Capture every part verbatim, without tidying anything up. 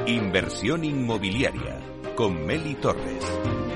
Inversión inmobiliaria con Meli Torres.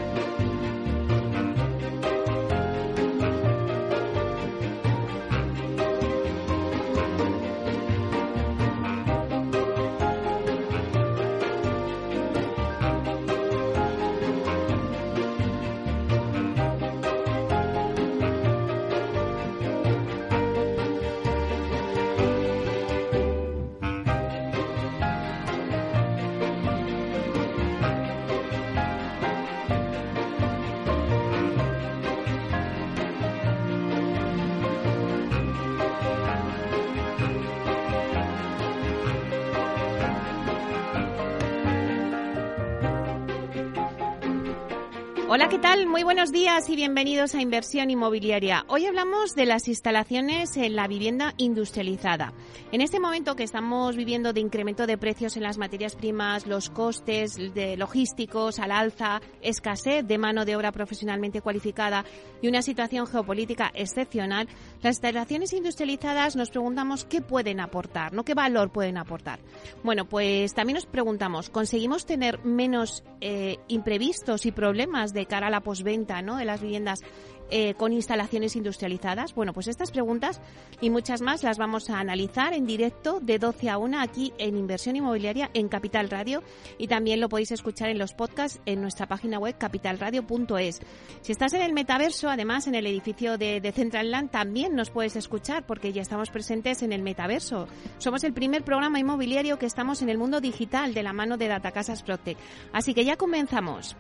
Hola, ¿qué tal? Muy buenos días y bienvenidos a Inversión Inmobiliaria. Hoy hablamos de las instalaciones en la vivienda industrializada. En este momento que estamos viviendo de incremento de precios en las materias primas, los costes de logísticos al alza, escasez de mano de obra profesionalmente cualificada y una situación geopolítica excepcional, las instalaciones industrializadas nos preguntamos qué pueden aportar, ¿no? ¿Qué valor pueden aportar? Bueno, pues también nos preguntamos, ¿conseguimos tener menos eh, imprevistos y problemas de de cara a la posventa, ¿no?, de las viviendas eh, con instalaciones industrializadas? Bueno, pues estas preguntas y muchas más las vamos a analizar en directo de doce a una aquí en Inversión Inmobiliaria en Capital Radio, y también lo podéis escuchar en los podcasts en nuestra página web capital radio punto es. Si estás en el metaverso, además en el edificio de, de Central Land, también nos puedes escuchar porque ya estamos presentes en el metaverso. Somos el primer programa inmobiliario que estamos en el mundo digital de la mano de Datacasas Protec. Así que ya comenzamos.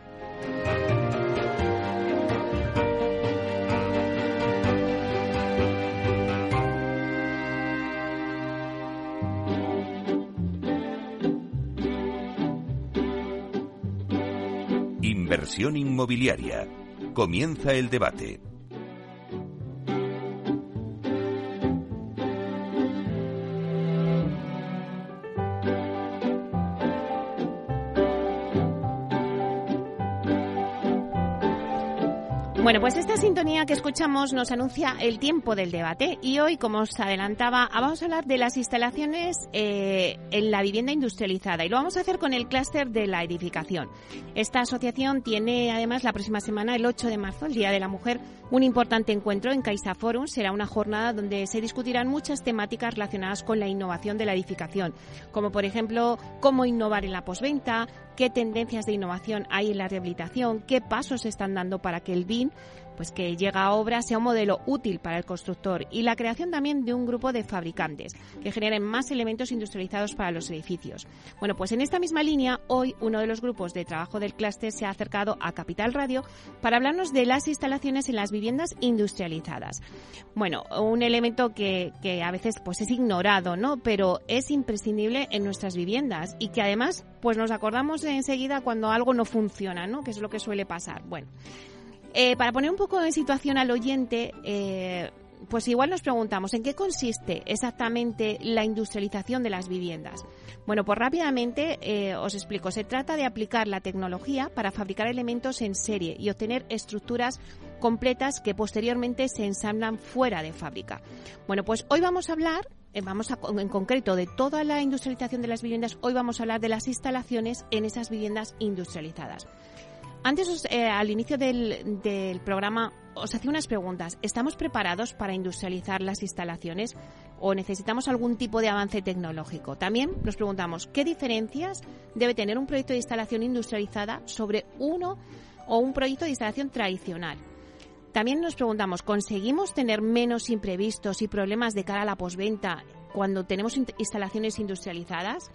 Inversión inmobiliaria. Comienza el debate. Bueno, pues esta sintonía que escuchamos nos anuncia el tiempo del debate y hoy, como os adelantaba, vamos a hablar de las instalaciones eh, en la vivienda industrializada y lo vamos a hacer con el clúster de la edificación. Esta asociación tiene además la próxima semana, el ocho de marzo, el Día de la Mujer, un importante encuentro en CaixaForum. Será una jornada donde se discutirán muchas temáticas relacionadas con la innovación de la edificación, como por ejemplo cómo innovar en la posventa, qué tendencias de innovación hay en la rehabilitación, qué pasos se están dando para que el B I M, pues que llega a obra, sea un modelo útil para el constructor, y la creación también de un grupo de fabricantes que generen más elementos industrializados para los edificios. Bueno, pues en esta misma línea, hoy uno de los grupos de trabajo del clúster se ha acercado a Capital Radio para hablarnos de las instalaciones en las viviendas industrializadas. Bueno, un elemento que, que a veces pues es ignorado, ¿no?, pero es imprescindible en nuestras viviendas y que además pues nos acordamos enseguida cuando algo no funciona, ¿no?, que es lo que suele pasar. Bueno, Eh, para poner un poco en situación al oyente, eh, pues igual nos preguntamos ¿en qué consiste exactamente la industrialización de las viviendas? Bueno, pues rápidamente eh, os explico. Se trata de aplicar la tecnología para fabricar elementos en serie y obtener estructuras completas que posteriormente se ensamblan fuera de fábrica. Bueno, pues hoy vamos a hablar eh, vamos a, en concreto de toda la industrialización de las viviendas. Hoy vamos a hablar de las instalaciones en esas viviendas industrializadas. Antes, eh, al inicio del, del programa, os hacía unas preguntas. ¿Estamos preparados para industrializar las instalaciones o necesitamos algún tipo de avance tecnológico? También nos preguntamos, ¿qué diferencias debe tener un proyecto de instalación industrializada sobre uno o un proyecto de instalación tradicional? También nos preguntamos, ¿conseguimos tener menos imprevistos y problemas de cara a la posventa cuando tenemos instalaciones industrializadas?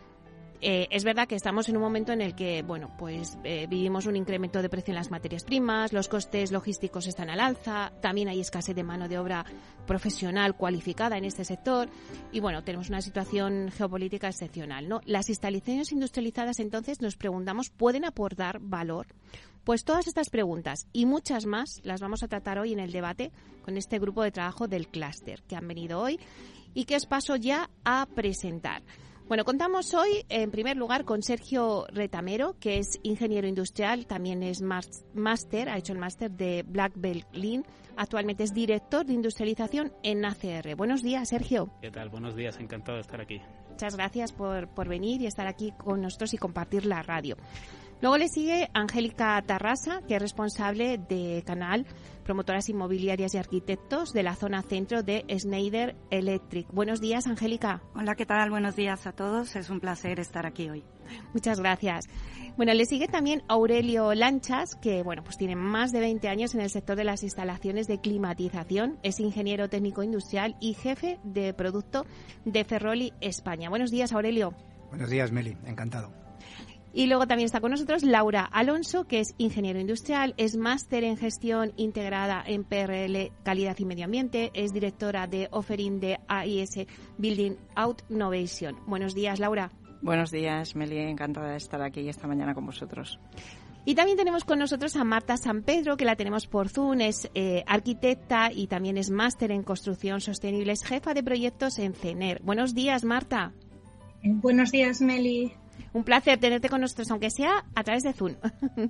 Eh, es verdad que estamos en un momento en el que, bueno, pues eh, vivimos un incremento de precio en las materias primas, los costes logísticos están al alza, también hay escasez de mano de obra profesional cualificada en este sector y, bueno, tenemos una situación geopolítica excepcional, ¿no? Las instalaciones industrializadas, entonces, nos preguntamos, ¿pueden aportar valor? Pues todas estas preguntas y muchas más las vamos a tratar hoy en el debate con este grupo de trabajo del clúster que han venido hoy y que os paso ya a presentar. Bueno, contamos hoy, en primer lugar, con Sergio Retamero, que es ingeniero industrial, también es máster, ha hecho el máster de Black Belt Lean, actualmente es director de industrialización en A C R. Buenos días, Sergio. ¿Qué tal? Buenos días, encantado de estar aquí. Muchas gracias por, por venir y estar aquí con nosotros y compartir la radio. Luego le sigue Angélica Tarrasa, que es responsable de Canal, promotoras inmobiliarias y arquitectos de la zona centro de Schneider Electric. Buenos días, Angélica. Hola, ¿qué tal? Buenos días a todos. Es un placer estar aquí hoy. Muchas gracias. Bueno, le sigue también Aurelio Lanchas, que bueno, pues tiene más de veinte años en el sector de las instalaciones de climatización. Es ingeniero técnico industrial y jefe de producto de Ferroli España. Buenos días, Aurelio. Buenos días, Meli. Encantado. Y luego también está con nosotros Laura Alonso, que es ingeniero industrial, es máster en gestión integrada en P R L Calidad y Medio Ambiente, es directora de Offering de A I S Building Out Innovation. Buenos días, Laura. Buenos días, Meli. Encantada de estar aquí esta mañana con vosotros. Y también tenemos con nosotros a Marta San Pedro, que la tenemos por Zoom, es eh, arquitecta y también es máster en construcción sostenible, es jefa de proyectos en CENER. Buenos días, Marta. Eh, buenos días, Meli. Un placer tenerte con nosotros, aunque sea a través de Zoom.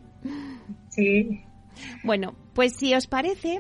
Sí. Bueno, pues si os parece,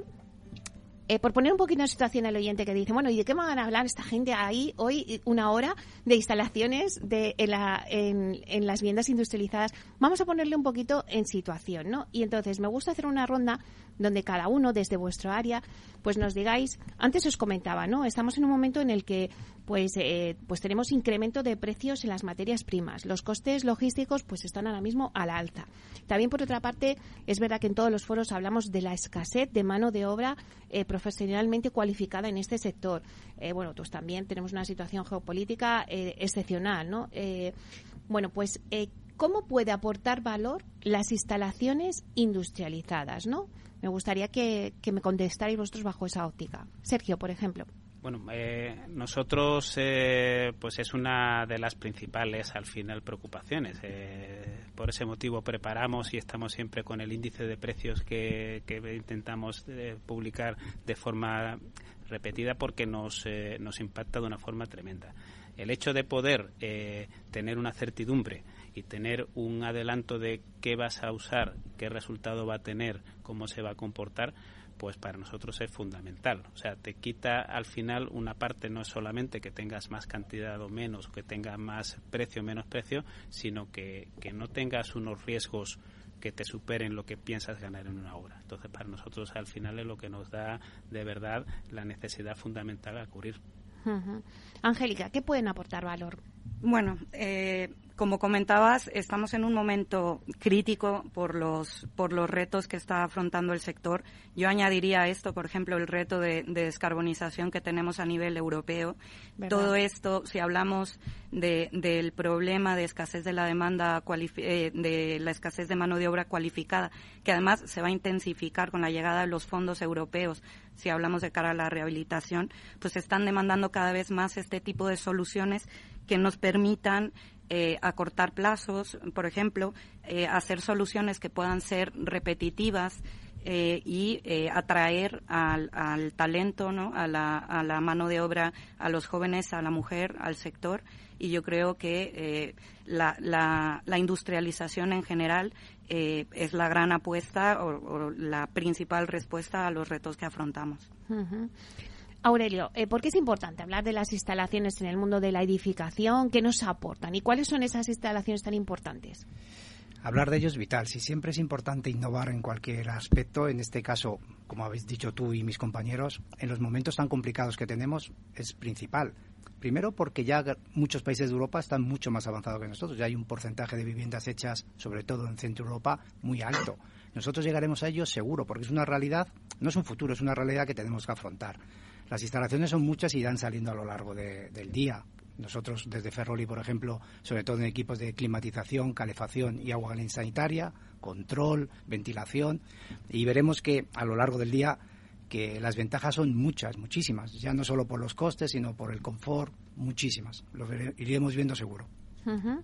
eh, por poner un poquito en situación al oyente que dice, bueno, ¿y de qué van a hablar esta gente ahí hoy una hora de instalaciones de, en, la, en, en las viviendas industrializadas? Vamos a ponerle un poquito en situación, ¿no? Y entonces me gusta hacer una ronda donde cada uno, desde vuestro área, pues nos digáis, antes os comentaba, ¿no? Estamos en un momento en el que pues eh, pues tenemos incremento de precios en las materias primas. Los costes logísticos pues están ahora mismo a la alza. También, por otra parte, es verdad que en todos los foros hablamos de la escasez de mano de obra eh, profesionalmente cualificada en este sector. Eh, bueno, pues también tenemos una situación geopolítica eh, excepcional, ¿no? Eh, bueno, pues eh, ¿cómo puede aportar valor las instalaciones industrializadas, ¿no? Me gustaría que, que me contestarais vosotros bajo esa óptica. Sergio, por ejemplo. Bueno, eh, nosotros, eh, pues es una de las principales, al final, preocupaciones. Eh, por ese motivo preparamos y estamos siempre con el índice de precios que, que intentamos eh, publicar de forma repetida porque nos, eh, nos impacta de una forma tremenda. El hecho de poder eh, tener una certidumbre y tener un adelanto de qué vas a usar, qué resultado va a tener, cómo se va a comportar, pues para nosotros es fundamental. O sea, te quita al final una parte, no es solamente que tengas más cantidad o menos, o que tengas más precio o menos precio, sino que, que no tengas unos riesgos que te superen lo que piensas ganar en una obra. Entonces, para nosotros al final es lo que nos da de verdad la necesidad fundamental a cubrir. Uh-huh. Angélica, ¿qué pueden aportar valor? Bueno, eh, como comentabas, estamos en un momento crítico por los por los retos que está afrontando el sector. Yo añadiría a esto, por ejemplo, el reto de, de descarbonización que tenemos a nivel europeo. ¿Verdad? Todo esto, si hablamos de, del problema de escasez de la demanda, cualifi- eh, de la escasez de mano de obra cualificada, que además se va a intensificar con la llegada de los fondos europeos, si hablamos de cara a la rehabilitación, pues están demandando cada vez más este tipo de soluciones que nos permitan eh, acortar plazos, por ejemplo, eh, hacer soluciones que puedan ser repetitivas eh, y eh, atraer al, al talento, ¿no? a la, a la mano de obra, a los jóvenes, a la mujer, al sector. Y yo creo que eh, la, la, la industrialización en general eh, es la gran apuesta o, o la principal respuesta a los retos que afrontamos. Uh-huh. Aurelio, eh, ¿por qué es importante hablar de las instalaciones en el mundo de la edificación? ¿Qué nos aportan? ¿Y cuáles son esas instalaciones tan importantes? Hablar de ello es vital. Si siempre es importante innovar en cualquier aspecto, en este caso, como habéis dicho tú y mis compañeros, en los momentos tan complicados que tenemos es principal. Primero porque ya muchos países de Europa están mucho más avanzados que nosotros. Ya hay un porcentaje de viviendas hechas, sobre todo en Centro Europa, muy alto. Nosotros llegaremos a ello seguro, porque es una realidad, no es un futuro, es una realidad que tenemos que afrontar. Las instalaciones son muchas y irán saliendo a lo largo de, del día. Nosotros desde Ferroli, por ejemplo, sobre todo en equipos de climatización, calefacción y agua sanitaria, control, ventilación, y veremos que a lo largo del día que las ventajas son muchas, muchísimas, ya no solo por los costes, sino por el confort, muchísimas. Lo vere, iremos viendo seguro. Uh-huh.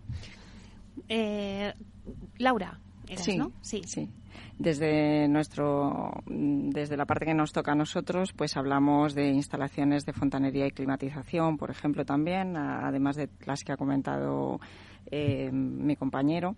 Eh, Laura, eras, sí, ¿no? Sí, sí. Desde nuestro, desde la parte que nos toca a nosotros, pues hablamos de instalaciones de fontanería y climatización, por ejemplo, también, además de las que ha comentado eh, mi compañero.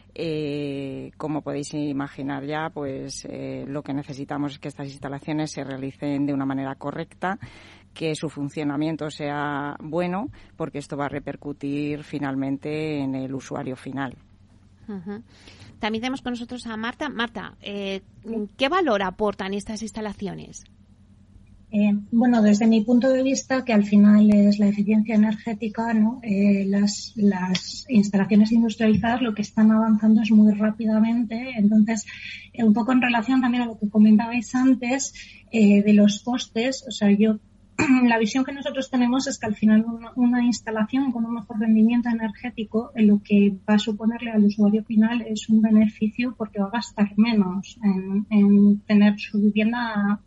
Eh, como podéis imaginar ya, pues eh, lo que necesitamos es que estas instalaciones se realicen de una manera correcta, que su funcionamiento sea bueno, porque esto va a repercutir finalmente en el usuario final. Uh-huh. También tenemos con nosotros a Marta. Marta, eh, ¿qué valor aportan estas instalaciones? Eh, bueno, desde mi punto de vista, que al final es la eficiencia energética, ¿no? Eh, las, las instalaciones industrializadas lo que están avanzando es muy rápidamente. Entonces, eh, un poco en relación también a lo que comentabais antes eh, de los costes, o sea, yo la visión que nosotros tenemos es que al final una, una instalación con un mejor rendimiento energético eh, lo que va a suponerle al usuario final es un beneficio porque va a gastar menos en, en tener su vivienda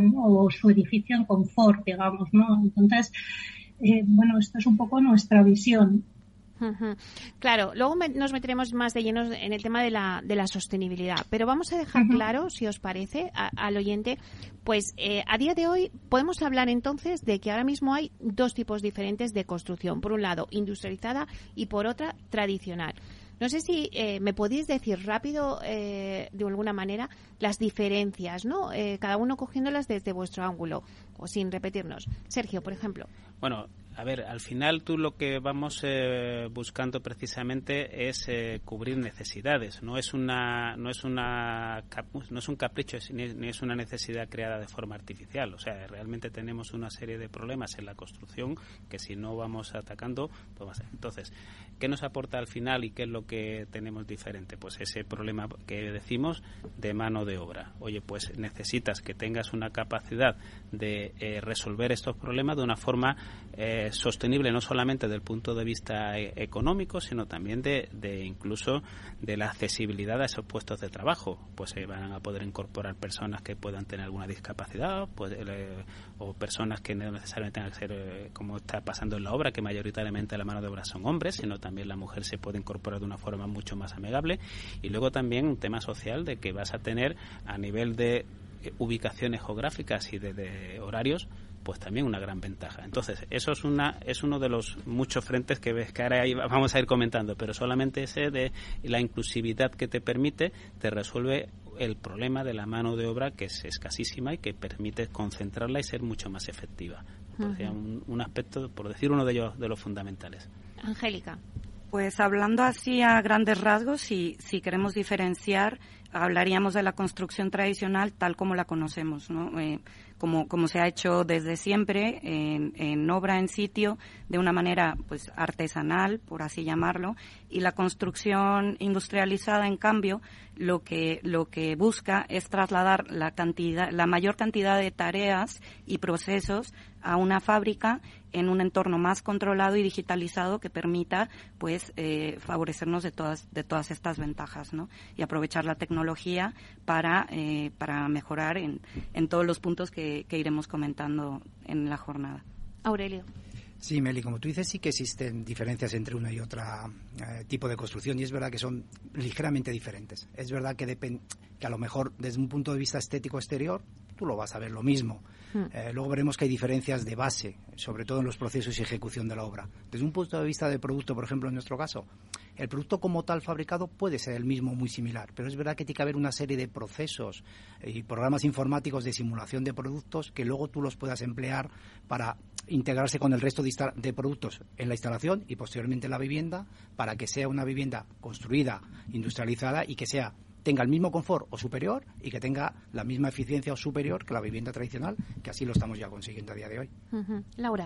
o su edificio en confort, digamos, ¿no? Entonces, eh, bueno, esto es un poco nuestra visión. Uh-huh. Claro, luego me, nos meteremos más de lleno en el tema de la, de la sostenibilidad, pero vamos a dejar uh-huh. claro, si os parece, a, al oyente, pues eh, a día de hoy podemos hablar entonces de que ahora mismo hay dos tipos diferentes de construcción. Por un lado, industrializada y por otra, tradicional. No sé si eh, me podéis decir rápido, eh, de alguna manera, las diferencias, ¿no? Eh, cada uno cogiéndolas desde vuestro ángulo o sin repetirnos. Sergio, por ejemplo. Bueno, a ver, al final tú lo que vamos eh, buscando precisamente es eh, cubrir necesidades. No es una, no es una, no es un capricho ni, ni es una necesidad creada de forma artificial. O sea, realmente tenemos una serie de problemas en la construcción que si no vamos atacando, pues va a ser. Entonces, ¿qué nos aporta al final y qué es lo que tenemos diferente? Pues ese problema que decimos de mano de obra. Oye, pues necesitas que tengas una capacidad de eh, resolver estos problemas de una forma eh, sostenible, no solamente desde el punto de vista e- económico, sino también de, de incluso de la accesibilidad a esos puestos de trabajo. Pues se eh, van a poder incorporar personas que puedan tener alguna discapacidad, pues eh, o personas que no necesariamente tengan que ser, eh, como está pasando en la obra, que mayoritariamente la mano de obra son hombres, sino también la mujer se puede incorporar de una forma mucho más amigable. Y luego también un tema social de que vas a tener a nivel de ubicaciones geográficas y de, de horarios, pues también una gran ventaja. Entonces, eso es una es uno de los muchos frentes que ves que ahora vamos a ir comentando, pero solamente ese de la inclusividad que te permite, te resuelve el problema de la mano de obra, que es escasísima y que permite concentrarla y ser mucho más efectiva. Uh-huh. Por decir, un, un aspecto, por decir uno de ellos, de los fundamentales. Angélica. Pues hablando así a grandes rasgos, si, si queremos diferenciar, hablaríamos de la construcción tradicional tal como la conocemos, ¿no? Eh, como, como se ha hecho desde siempre, en, en obra en sitio, de una manera pues artesanal, por así llamarlo, y la construcción industrializada, en cambio, lo que, lo que busca es trasladar la cantidad, la mayor cantidad de tareas y procesos a una fábrica en un entorno más controlado y digitalizado que permita pues eh, favorecernos de todas de todas estas ventajas, ¿no? Y aprovechar la tecnología para eh, para mejorar en, en todos los puntos que, que iremos comentando en la jornada. Aurelio. Sí, Meli, como tú dices, sí que existen diferencias entre una y otra eh, tipo de construcción, y es verdad que son ligeramente diferentes. Es verdad que, depend- que a lo mejor desde un punto de vista estético exterior tú lo vas a ver lo mismo. Hmm. Eh, luego veremos que hay diferencias de base, sobre todo en los procesos y ejecución de la obra. Desde un punto de vista de producto, por ejemplo, en nuestro caso, el producto como tal fabricado puede ser el mismo, muy similar, pero es verdad que tiene que haber una serie de procesos y programas informáticos de simulación de productos que luego tú los puedas emplear para integrarse con el resto de, insta- de productos en la instalación y posteriormente en la vivienda, para que sea una vivienda construida, industrializada y que sea tenga el mismo confort o superior y que tenga la misma eficiencia o superior que la vivienda tradicional, que así lo estamos ya consiguiendo a día de hoy. Uh-huh. Laura.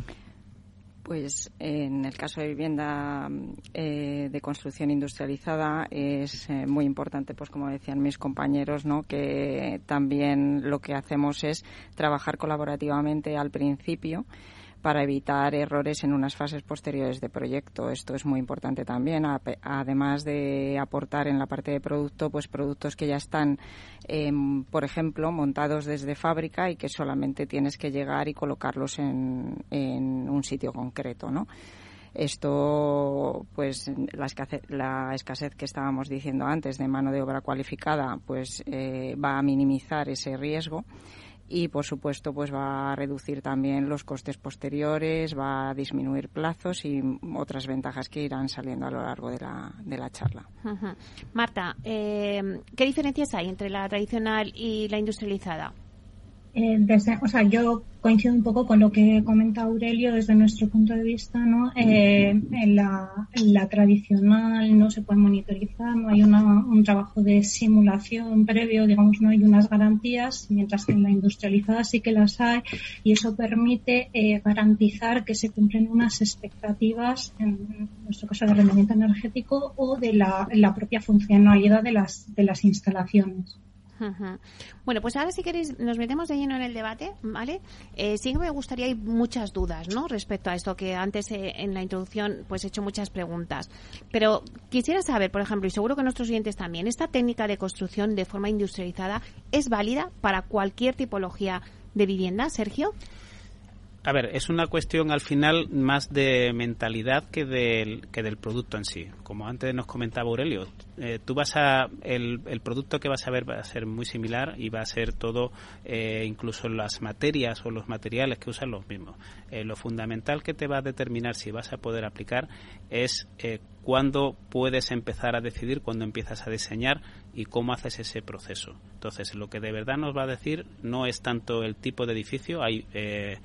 Pues en el caso de vivienda eh, de construcción industrializada es eh, muy importante, pues como decían mis compañeros, ¿no? Que también lo que hacemos es trabajar colaborativamente al principio para evitar errores en unas fases posteriores de proyecto. Esto es muy importante también, a, además de aportar en la parte de producto, pues productos que ya están, eh, por ejemplo, montados desde fábrica y que solamente tienes que llegar y colocarlos en, en un sitio concreto, ¿no? Esto, pues, la escasez, la escasez que estábamos diciendo antes de mano de obra cualificada, pues, eh, va a minimizar ese riesgo. Y, por supuesto, pues va a reducir también los costes posteriores, va a disminuir plazos y otras ventajas que irán saliendo a lo largo de la, de la charla. Uh-huh. Marta, eh, ¿qué diferencias hay entre la tradicional y la industrializada? Eh, desde, o sea, yo coincido un poco con lo que comenta Aurelio desde nuestro punto de vista, ¿no? Eh, en la, en la tradicional no se puede monitorizar, no hay una, un trabajo de simulación previo, digamos, no hay unas garantías, mientras que en la industrializada sí que las hay, y eso permite eh, garantizar que se cumplen unas expectativas, en nuestro caso de rendimiento energético o de la, la propia funcionalidad de las, de las instalaciones. Uh-huh. Bueno, pues ahora si queréis nos metemos de lleno en el debate, ¿vale? Eh, sí que me gustaría, hay muchas dudas, ¿no? Respecto a esto que antes eh, en la introducción pues he hecho muchas preguntas, pero quisiera saber, por ejemplo, y seguro que nuestros oyentes también, ¿esta técnica de construcción de forma industrializada es válida para cualquier tipología de vivienda, Sergio? A ver, es una cuestión al final más de mentalidad que del, que del producto en sí. Como antes nos comentaba Aurelio, eh, tú vas a el, el producto que vas a ver va a ser muy similar y va a ser todo, eh, incluso las materias o los materiales que usan los mismos. Eh, lo fundamental que te va a determinar si vas a poder aplicar es eh, cuándo puedes empezar a decidir, cuándo empiezas a diseñar y cómo haces ese proceso. Entonces, lo que de verdad nos va a decir no es tanto el tipo de edificio, hay eh,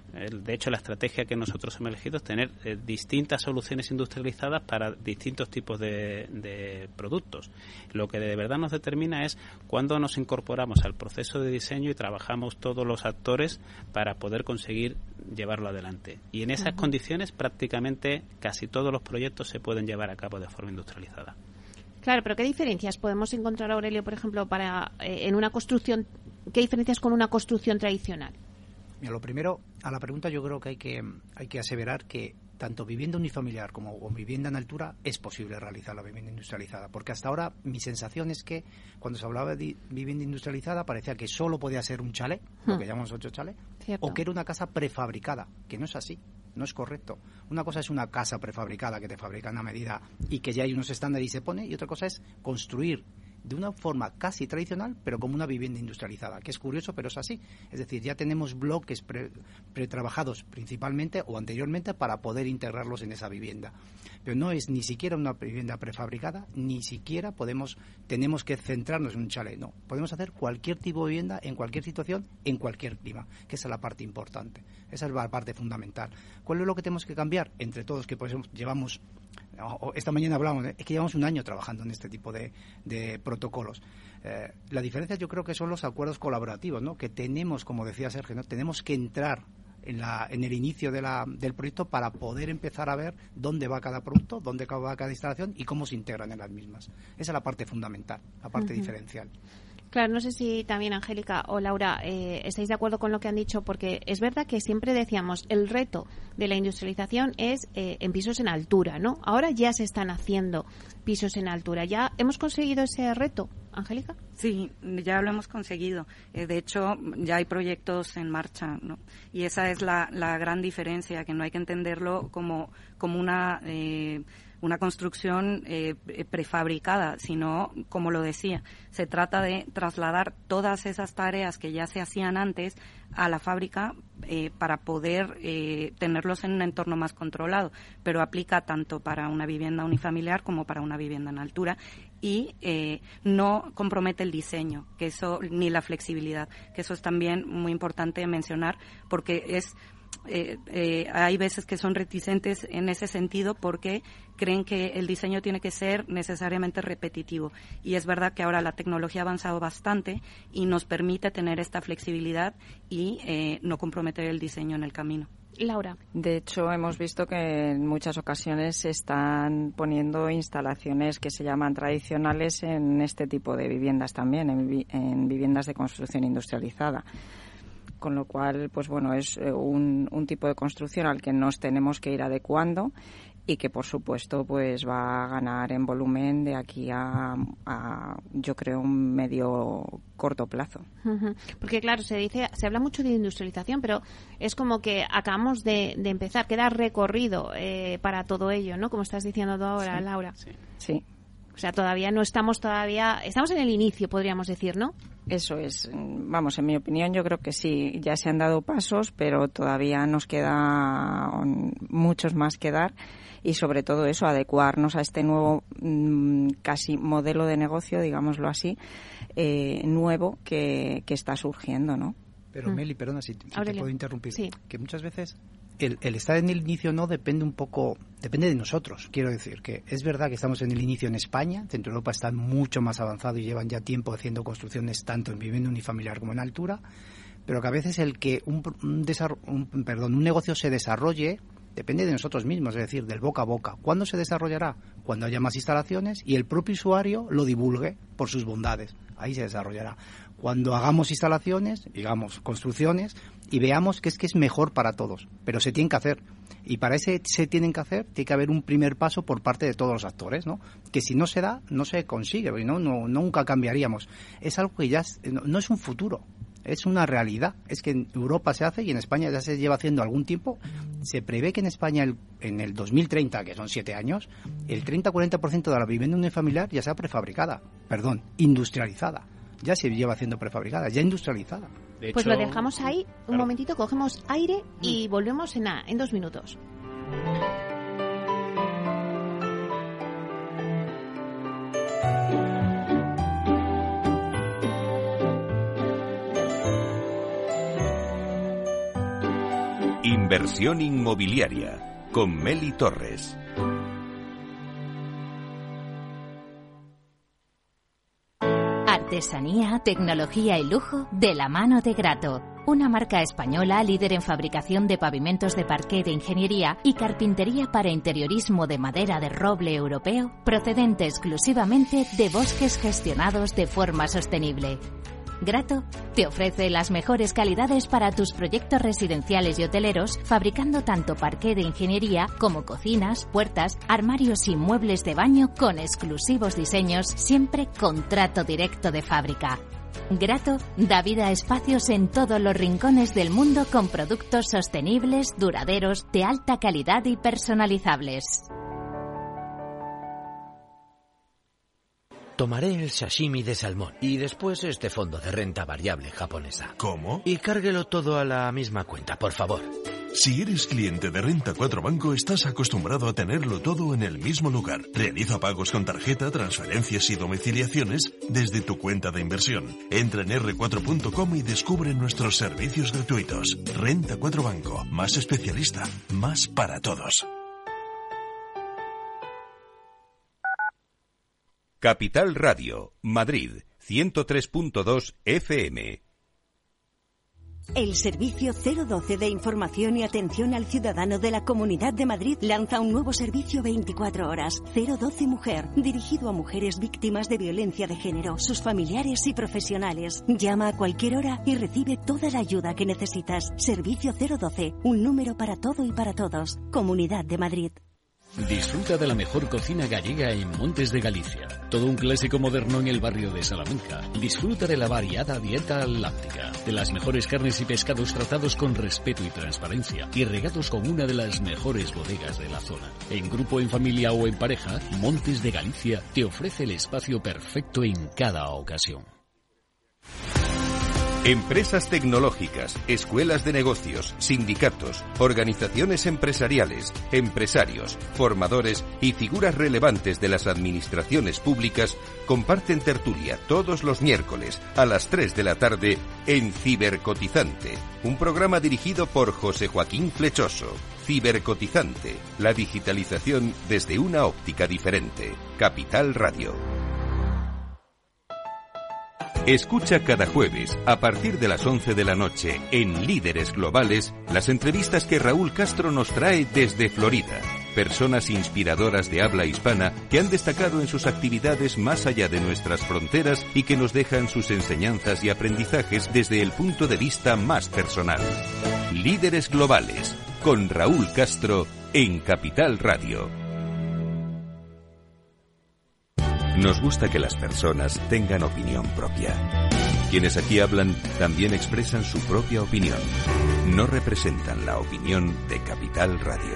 de hecho, la estrategia que nosotros hemos elegido es tener eh, distintas soluciones industrializadas para distintos tipos de, de productos. Lo que de verdad nos determina es cuándo nos incorporamos al proceso de diseño y trabajamos todos los actores para poder conseguir llevarlo adelante. Y en esas uh-huh. condiciones prácticamente casi todos los proyectos se pueden llevar a cabo de forma industrializada. Claro, pero ¿qué diferencias podemos encontrar, Aurelio, por ejemplo, para eh, en una construcción, qué diferencias con una construcción tradicional? Mira, lo primero, a la pregunta yo creo que hay que hay que aseverar que tanto vivienda unifamiliar como o vivienda en altura es posible realizar la vivienda industrializada, porque hasta ahora mi sensación es que cuando se hablaba de vivienda industrializada parecía que solo podía ser un chalet, hmm. lo que llamamos ocho chalet, Cierto. o que era una casa prefabricada, que no es así, no es correcto. Una cosa es una casa prefabricada que te fabrican a medida y que ya hay unos estándares y se pone, y otra cosa es construir de una forma casi tradicional, pero como una vivienda industrializada, que es curioso, pero es así. Es decir, ya tenemos bloques pre, pretrabajados principalmente o anteriormente para poder integrarlos en esa vivienda. Pero no es ni siquiera una vivienda prefabricada, ni siquiera podemos tenemos que centrarnos en un chalet. No, podemos hacer cualquier tipo de vivienda en cualquier situación, en cualquier clima, que esa es la parte importante. Esa es la parte fundamental. ¿Cuál es lo que tenemos que cambiar? Entre todos, que pues, llevamos... Esta mañana hablamos, es que llevamos un año trabajando en este tipo de, de protocolos. Eh, la diferencia yo creo que son los acuerdos colaborativos, ¿no? Que tenemos, como decía Sergio, ¿no? Tenemos que entrar en, la, en el inicio de la, del proyecto para poder empezar a ver dónde va cada producto, dónde va cada instalación y cómo se integran en las mismas. Esa es la parte fundamental, la parte uh-huh. diferencial. Claro, no sé si también Angélica o Laura eh, estáis de acuerdo con lo que han dicho, porque es verdad que siempre decíamos el reto de la industrialización es eh, en pisos en altura, ¿no? Ahora ya se están haciendo pisos en altura. ¿Ya hemos conseguido ese reto, Angélica? Sí, ya lo hemos conseguido. Eh, de hecho, ya hay proyectos en marcha, ¿no? Y esa es la, la gran diferencia, que no hay que entenderlo como, como una... Eh, una construcción eh, prefabricada, sino, como lo decía, se trata de trasladar todas esas tareas que ya se hacían antes a la fábrica eh, para poder eh, tenerlos en un entorno más controlado, pero aplica tanto para una vivienda unifamiliar como para una vivienda en altura y eh, no compromete el diseño, que eso ni la flexibilidad, que eso es también muy importante mencionar, porque es Eh, eh, hay veces que son reticentes en ese sentido porque creen que el diseño tiene que ser necesariamente repetitivo, y es verdad que ahora la tecnología ha avanzado bastante y nos permite tener esta flexibilidad y eh, no comprometer el diseño en el camino. Laura. De hecho, hemos visto que en muchas ocasiones se están poniendo instalaciones que se llaman tradicionales en este tipo de viviendas también, en, vi- en viviendas de construcción industrializada. Con lo cual, pues bueno, es un, un tipo de construcción al que nos tenemos que ir adecuando y que, por supuesto, pues va a ganar en volumen de aquí a, a yo creo, un medio corto plazo. Uh-huh. Porque, claro, se dice, se habla mucho de industrialización, pero es como que acabamos de, de empezar, queda recorrido eh, para todo ello, ¿no? Como estás diciendo tú ahora, sí. Laura. Sí. sí. O sea, todavía no estamos todavía, estamos en el inicio, podríamos decir, ¿no? Eso es, vamos, en mi opinión yo creo que sí, ya se han dado pasos, pero todavía nos queda muchos más que dar y sobre todo eso, adecuarnos a este nuevo mmm, casi modelo de negocio, digámoslo así, eh, nuevo que, que está surgiendo, ¿no? Pero Mm. Meli, perdona si, si te Aurelio. puedo interrumpir, Sí. que muchas veces el, el estar en el inicio no depende un poco, depende de nosotros. Quiero decir que es verdad que estamos en el inicio en España, Centro Europa está mucho más avanzado y llevan ya tiempo haciendo construcciones tanto en vivienda unifamiliar como en altura, pero que a veces el que un, un, desarro- un, perdón, un negocio se desarrolle depende de nosotros mismos, es decir, del boca a boca. ¿Cuándo se desarrollará? Cuando haya más instalaciones y el propio usuario lo divulgue por sus bondades. Ahí se desarrollará. Cuando hagamos instalaciones, digamos, construcciones, y veamos que es que es mejor para todos. Pero se tienen que hacer. Y para ese se tienen que hacer, tiene que haber un primer paso por parte de todos los actores, ¿no? Que si no se da, no se consigue, porque no, no, nunca cambiaríamos. Es algo que ya es, no, no es un futuro. Es una realidad. Es que en Europa se hace y en España ya se lleva haciendo algún tiempo. Se prevé que en España el, en el dos mil treinta, que son siete años, el treinta a cuarenta por ciento de la vivienda unifamiliar ya sea prefabricada. Perdón, industrializada. Ya se lleva haciendo prefabricada, ya industrializada. De Pues hecho, lo dejamos ahí un claro. momentito, cogemos aire y volvemos en, nada, en dos minutos. Inversión inmobiliaria con Meli Torres. Artesanía, tecnología y lujo de la mano de Grato. Una marca española líder en fabricación de pavimentos de parqué de ingeniería y carpintería para interiorismo de madera de roble europeo, procedente exclusivamente de bosques gestionados de forma sostenible. Grato te ofrece las mejores calidades para tus proyectos residenciales y hoteleros, fabricando tanto parqué de ingeniería como cocinas, puertas, armarios y muebles de baño con exclusivos diseños, siempre con trato directo de fábrica. Grato da vida a espacios en todos los rincones del mundo con productos sostenibles, duraderos, de alta calidad y personalizables. Tomaré el sashimi de salmón y después este fondo de renta variable japonesa. ¿Cómo? Y cárguelo todo a la misma cuenta, por favor. Si eres cliente de Renta cuatro Banco, estás acostumbrado a tenerlo todo en el mismo lugar. Realiza pagos con tarjeta, transferencias y domiciliaciones desde tu cuenta de inversión. Entra en erre cuatro punto com y descubre nuestros servicios gratuitos. Renta cuatro Banco, más especialista, más para todos. Capital Radio, Madrid, ciento tres punto dos F M. El Servicio cero doce de Información y Atención al Ciudadano de la Comunidad de Madrid lanza un nuevo servicio veinticuatro horas, cero doce Mujer, dirigido a mujeres víctimas de violencia de género, sus familiares y profesionales. Llama a cualquier hora y recibe toda la ayuda que necesitas. Servicio cero doce, un número para todo y para todos. Comunidad de Madrid. Disfruta de la mejor cocina gallega en Montes de Galicia. Todo un clásico moderno en el barrio de Salamanca. Disfruta de la variada dieta láctica, de las mejores carnes y pescados tratados con respeto y transparencia y regados con una de las mejores bodegas de la zona. En grupo, en familia o en pareja, Montes de Galicia te ofrece el espacio perfecto en cada ocasión. Empresas tecnológicas, escuelas de negocios, sindicatos, organizaciones empresariales, empresarios, formadores y figuras relevantes de las administraciones públicas comparten tertulia todos los miércoles a las tres de la tarde en Cibercotizante, un programa dirigido por José Joaquín Flechoso. Cibercotizante, la digitalización desde una óptica diferente. Capital Radio. Escucha cada jueves, a partir de las once de la noche, en Líderes Globales, las entrevistas que Raúl Castro nos trae desde Florida. Personas inspiradoras de habla hispana que han destacado en sus actividades más allá de nuestras fronteras y que nos dejan sus enseñanzas y aprendizajes desde el punto de vista más personal. Líderes Globales, con Raúl Castro, en Capital Radio. Nos gusta que las personas tengan opinión propia. Quienes aquí hablan también expresan su propia opinión. No representan la opinión de Capital Radio.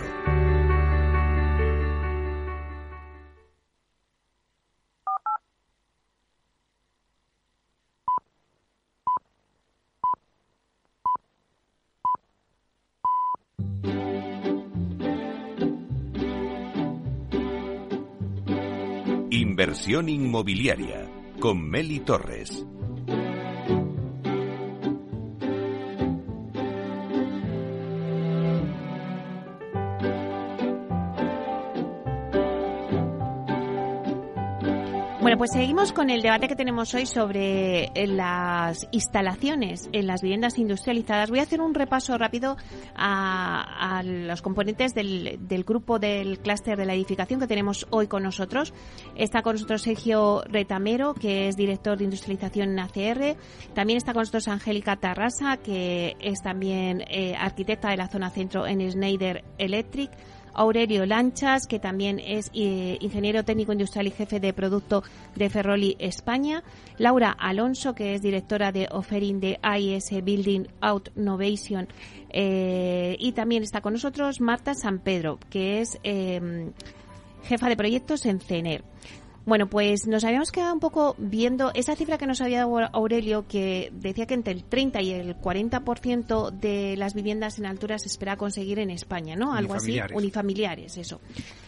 Inversión inmobiliaria con Meli Torres. Bueno, pues seguimos con el debate que tenemos hoy sobre las instalaciones en las viviendas industrializadas. Voy a hacer un repaso rápido a, a los componentes del, del grupo del clúster de la edificación que tenemos hoy con nosotros. Está con nosotros Sergio Retamero, que es director de industrialización en A C R. También está con nosotros Angélica Tarrasa, que es también eh, arquitecta de la zona centro en Schneider Electric. Aurelio Lanchas, que también es eh, ingeniero técnico industrial y jefe de producto de Ferroli España. Laura Alonso, que es directora de Offering de A I S Building Out Innovation. Eh, y también está con nosotros Marta San Pedro, que es eh, jefa de proyectos en C E N E R. Bueno, pues nos habíamos quedado un poco viendo esa cifra que nos había dado Aurelio, que decía que entre el treinta y el cuarenta por ciento de las viviendas en altura se espera conseguir en España, ¿no? Algo así, unifamiliares, eso.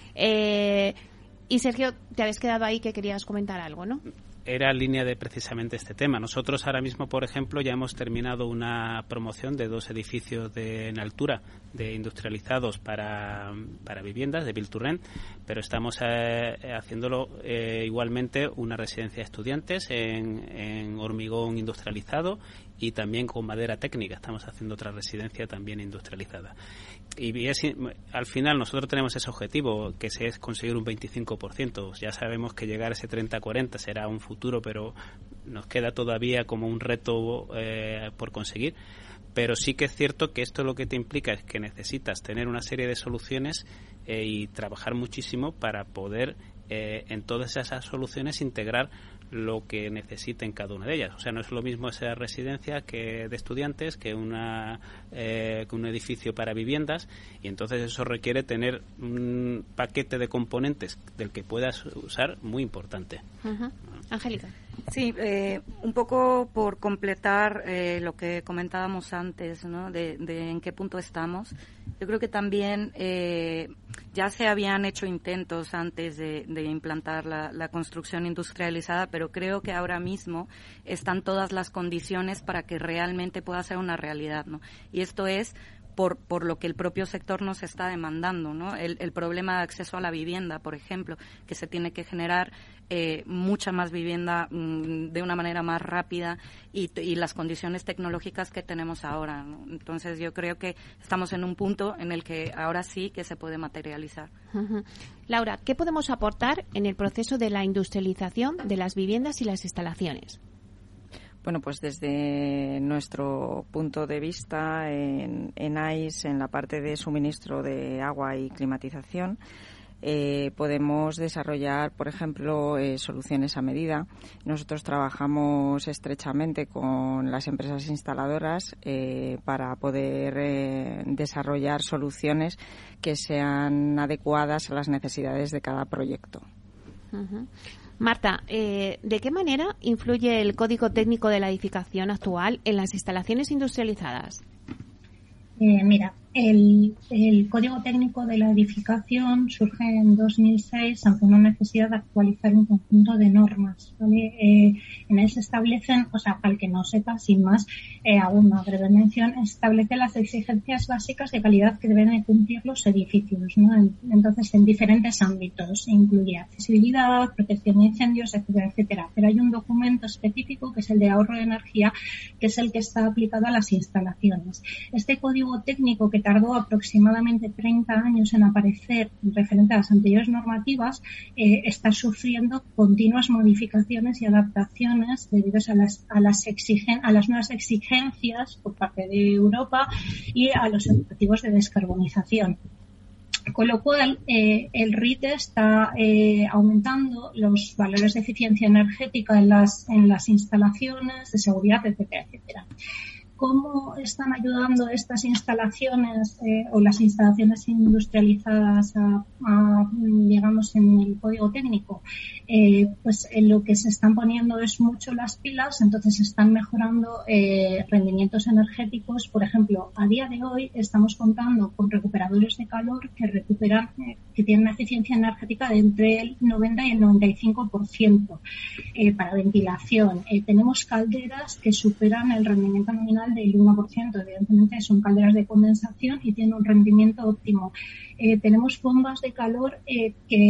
Eh, y Sergio, te habías quedado ahí que querías comentar algo, ¿no? Era en línea de precisamente este tema. Nosotros ahora mismo, por ejemplo, ya hemos terminado una promoción de dos edificios de, en altura de industrializados para, para viviendas de Build to Rent, pero estamos eh, haciéndolo eh, igualmente una residencia de estudiantes en, en hormigón industrializado y también con madera técnica. Estamos haciendo otra residencia también industrializada. Y es, al final nosotros tenemos ese objetivo, que es conseguir un veinticinco por ciento. Ya sabemos que llegar a ese treinta a cuarenta será un futuro, pero nos queda todavía como un reto eh, por conseguir. Pero sí que es cierto que esto lo que te implica es que necesitas tener una serie de soluciones eh, y trabajar muchísimo para poder eh, en todas esas soluciones integrar lo que necesiten cada una de ellas. O sea, no es lo mismo esa residencia que de estudiantes que una eh, que un edificio para viviendas, y entonces eso requiere tener un paquete de componentes del que puedas usar muy importante. Uh-huh. Angélica. Sí, eh, un poco por completar eh, lo que comentábamos antes, ¿no? De, de en qué punto estamos. Yo creo que también eh, ya se habían hecho intentos antes de, de implantar la, la construcción industrializada, pero creo que ahora mismo están todas las condiciones para que realmente pueda ser una realidad, ¿no? Y esto es por por lo que el propio sector nos está demandando, ¿no? El, el problema de acceso a la vivienda, por ejemplo, que se tiene que generar eh, mucha más vivienda mmm, de una manera más rápida y, y las condiciones tecnológicas que tenemos ahora, ¿no? Entonces yo creo que estamos en un punto en el que ahora sí que se puede materializar. Uh-huh. Laura, ¿qué podemos aportar en el proceso de la industrialización de las viviendas y las instalaciones? Bueno, pues desde nuestro punto de vista en, en A I S, en la parte de suministro de agua y climatización, eh, podemos desarrollar, por ejemplo, eh, soluciones a medida. Nosotros trabajamos estrechamente con las empresas instaladoras eh, para poder eh, desarrollar soluciones que sean adecuadas a las necesidades de cada proyecto. Uh-huh. Marta, eh, ¿de qué manera influye el Código Técnico de la Edificación actual en las instalaciones industrializadas? Eh, mira, el, el Código Técnico de la Edificación surge en dos mil seis ante una necesidad de actualizar un conjunto de normas, ¿vale? Eh, en él se establecen, o sea, para el que no sepa, sin más, eh, hago una breve mención, establece las exigencias básicas de calidad que deben de cumplir los edificios, ¿no? En, entonces, en diferentes ámbitos, incluye accesibilidad, protección de incendios, etcétera, etcétera. Pero hay un documento específico que es el de ahorro de energía, que es el que está aplicado a las instalaciones. Este código técnico, que tardó aproximadamente treinta años en aparecer referente a las anteriores normativas, eh, está sufriendo continuas modificaciones y adaptaciones debido a las a las exigen a las nuevas exigencias por parte de Europa y a los objetivos de descarbonización. Con lo cual, eh, el R I T E está eh, aumentando los valores de eficiencia energética en las en las instalaciones, de seguridad, etcétera, etcétera. ¿Cómo están ayudando estas instalaciones eh, o las instalaciones industrializadas a, a, digamos, en el código técnico? Eh, pues en lo que se están poniendo es mucho las pilas, entonces están mejorando eh, rendimientos energéticos. Por ejemplo, a día de hoy estamos contando con recuperadores de calor que recuperan, eh, que tienen una eficiencia energética de entre el noventa y el noventa y cinco por ciento eh, para ventilación. Eh, tenemos calderas que superan el rendimiento nominal del uno por ciento. Evidentemente son calderas de condensación y tienen un rendimiento óptimo. Eh, tenemos bombas de calor eh, que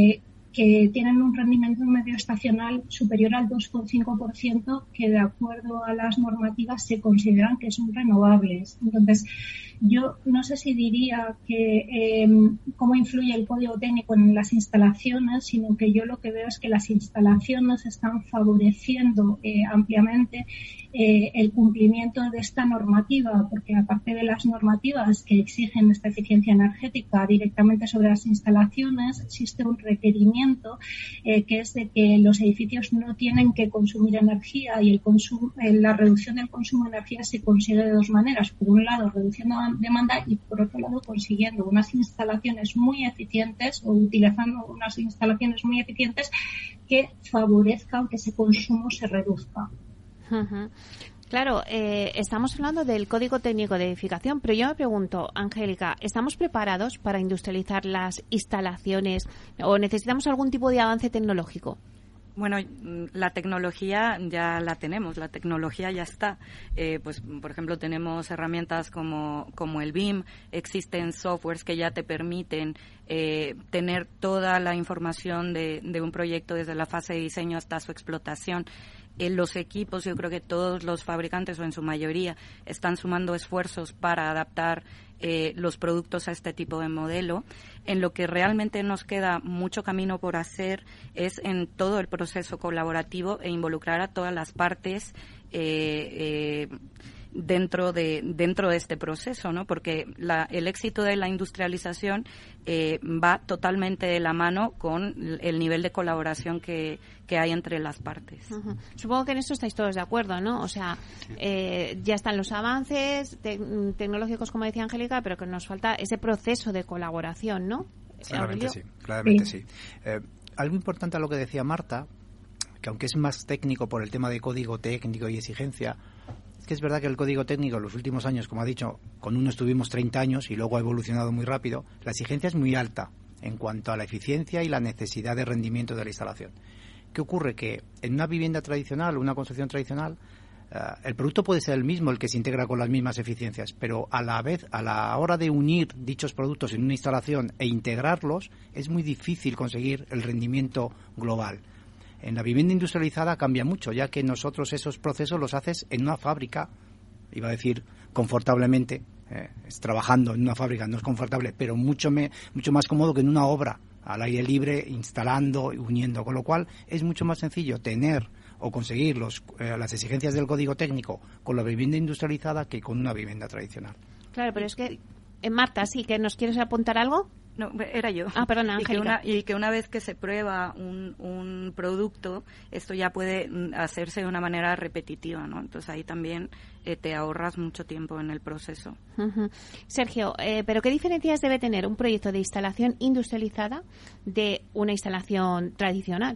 que tienen un rendimiento medio estacional superior al dos coma cinco por ciento, que de acuerdo a las normativas se consideran que son renovables. Entonces, yo no sé si diría que eh, cómo influye el código técnico en las instalaciones, sino que yo lo que veo es que las instalaciones están favoreciendo eh, ampliamente eh, el cumplimiento de esta normativa, porque aparte de las normativas que exigen esta eficiencia energética directamente sobre las instalaciones, existe un requerimiento eh, que es de que los edificios no tienen que consumir energía, y el consumo, eh, la reducción del consumo de energía se consigue de dos maneras. Por un lado, reduciendo demanda, y por otro lado, consiguiendo unas instalaciones muy eficientes o utilizando unas instalaciones muy eficientes que favorezcan que ese consumo se reduzca. Uh-huh. Claro, eh, estamos hablando del Código Técnico de Edificación, pero yo me pregunto, Angélica, ¿estamos preparados para industrializar las instalaciones o necesitamos algún tipo de avance tecnológico? Bueno, la tecnología ya la tenemos, la tecnología ya está. Eh, pues, por ejemplo, tenemos herramientas como, como el B I M, existen softwares que ya te permiten eh, tener toda la información de, de un proyecto desde la fase de diseño hasta su explotación. En los equipos, yo creo que todos los fabricantes, o en su mayoría, están sumando esfuerzos para adaptar eh, los productos a este tipo de modelo. En lo que realmente nos queda mucho camino por hacer es en todo el proceso colaborativo e involucrar a todas las partes eh, eh, dentro de dentro de este proceso, ¿no? Porque la, el éxito de la industrialización eh, va totalmente de la mano con el nivel de colaboración que, que hay entre las partes. Uh-huh. Supongo que en esto estáis todos de acuerdo, ¿no? O sea, eh, ya están los avances te- tecnológicos, como decía Angélica, pero que nos falta ese proceso de colaboración, ¿no? Claramente sí, claramente sí. sí. Eh, algo importante a lo que decía Marta, que aunque es más técnico por el tema de código técnico y exigencia, es que es verdad que el código técnico en los últimos años, como ha dicho, con uno estuvimos treinta años y luego ha evolucionado muy rápido, la exigencia es muy alta en cuanto a la eficiencia y la necesidad de rendimiento de la instalación. ¿Qué ocurre? Que en una vivienda tradicional o una construcción tradicional, Uh, el producto puede ser el mismo, el que se integra con las mismas eficiencias, pero a la vez, a la hora de unir dichos productos en una instalación e integrarlos, es muy difícil conseguir el rendimiento global. En la vivienda industrializada cambia mucho, ya que nosotros esos procesos los haces en una fábrica, iba a decir confortablemente, eh, es trabajando en una fábrica, no es confortable, pero mucho, me, mucho más cómodo que en una obra, al aire libre, instalando y uniendo, con lo cual es mucho más sencillo tener o conseguir los, eh, las exigencias del código técnico con la vivienda industrializada que con una vivienda tradicional. Claro, pero es que, eh, Marta, ¿sí que nos quieres apuntar algo? No, era yo. Ah, perdona, Angélica. Y que una, y que una vez que se prueba un, un producto, esto ya puede hacerse de una manera repetitiva, ¿no? Entonces ahí también eh, te ahorras mucho tiempo en el proceso. Uh-huh. Sergio, eh, ¿pero qué diferencias debe tener un proyecto de instalación industrializada de una instalación tradicional?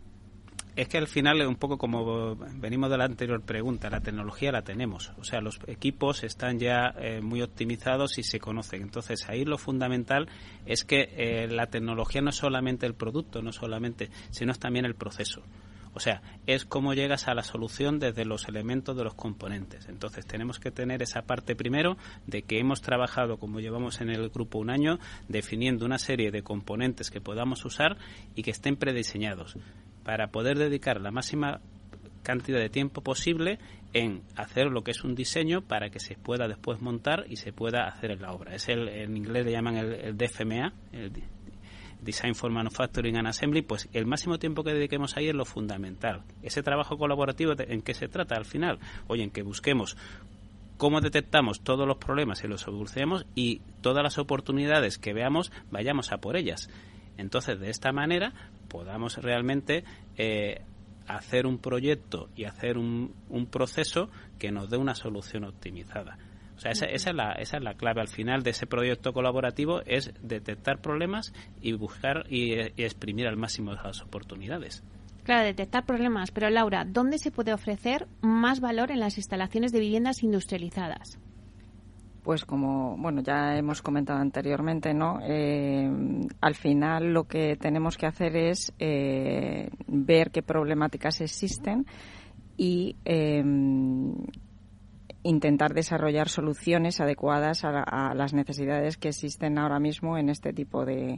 Es que al final es un poco como venimos de la anterior pregunta, la tecnología la tenemos, o sea, los equipos están ya eh, muy optimizados y se conocen. Entonces ahí lo fundamental es que eh, la tecnología no es solamente el producto, no solamente, sino es también el proceso. O sea, es cómo llegas a la solución desde los elementos de los componentes. Entonces tenemos que tener esa parte primero de que hemos trabajado, como llevamos en el grupo un año, definiendo una serie de componentes que podamos usar y que estén prediseñados, para poder dedicar la máxima cantidad de tiempo posible en hacer lo que es un diseño para que se pueda después montar y se pueda hacer en la obra. Es el, en inglés le llaman el, el D F M A, el Design for Manufacturing and Assembly. Pues el máximo tiempo que dediquemos ahí es lo fundamental. Ese trabajo colaborativo, ¿en qué se trata al final? Oye, en que busquemos cómo detectamos todos los problemas y los solucionemos, y todas las oportunidades que veamos vayamos a por ellas. Entonces, de esta manera, podamos realmente eh, hacer un proyecto y hacer un, un proceso que nos dé una solución optimizada. O sea, esa, esa, es la, esa es la clave al final de ese proyecto colaborativo, es detectar problemas y buscar y, y exprimir al máximo las oportunidades. Claro, detectar problemas. Pero, Laura, ¿dónde se puede ofrecer más valor en las instalaciones de viviendas industrializadas? Pues como bueno ya hemos comentado anteriormente, ¿no? Eh, al final lo que tenemos que hacer es eh, ver qué problemáticas existen y eh, intentar desarrollar soluciones adecuadas a, a las necesidades que existen ahora mismo en este tipo de,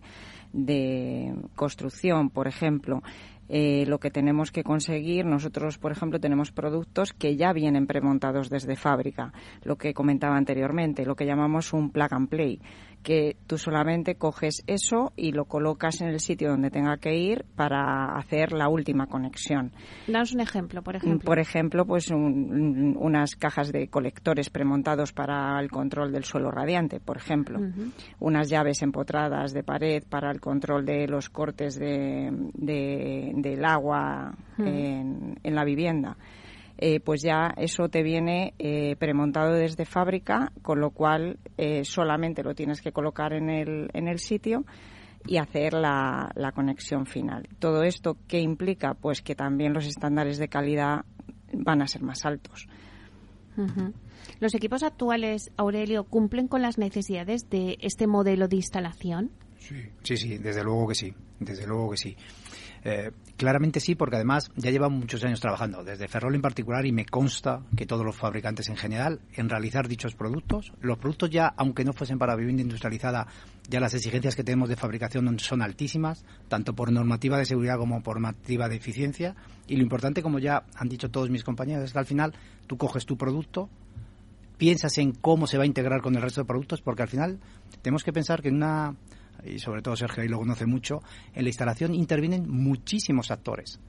de construcción. Por ejemplo, eh, lo que tenemos que conseguir, nosotros, por ejemplo, tenemos productos que ya vienen premontados desde fábrica, lo que comentaba anteriormente, lo que llamamos un plug and play, que tú solamente coges eso y lo colocas en el sitio donde tenga que ir para hacer la última conexión. Danos un ejemplo, por ejemplo. Por ejemplo, pues un, unas cajas de colectores premontados para el control del suelo radiante, por ejemplo. Uh-huh. Unas llaves empotradas de pared para el control de los cortes de, de, del agua uh-huh. en, en la vivienda. Eh, pues ya eso te viene eh, premontado desde fábrica, con lo cual eh, solamente lo tienes que colocar en el, en el sitio y hacer la, la conexión final. Todo esto, ¿qué implica? Pues que también los estándares de calidad van a ser más altos. Uh-huh. ¿Los equipos actuales, Aurelio, cumplen con las necesidades de este modelo de instalación? Sí, sí, sí, desde luego que sí, desde luego que sí. Eh, claramente sí, porque además ya llevan muchos años trabajando, desde Ferrol en particular, y me consta que todos los fabricantes en general, en realizar dichos productos. Los productos ya, aunque no fuesen para vivienda industrializada, ya las exigencias que tenemos de fabricación son altísimas, tanto por normativa de seguridad como por normativa de eficiencia. Y lo importante, como ya han dicho todos mis compañeros, es que al final tú coges tu producto, piensas en cómo se va a integrar con el resto de productos, porque al final tenemos que pensar que en una... y sobre todo Sergio ahí lo conoce mucho, en la instalación intervienen muchísimos actores.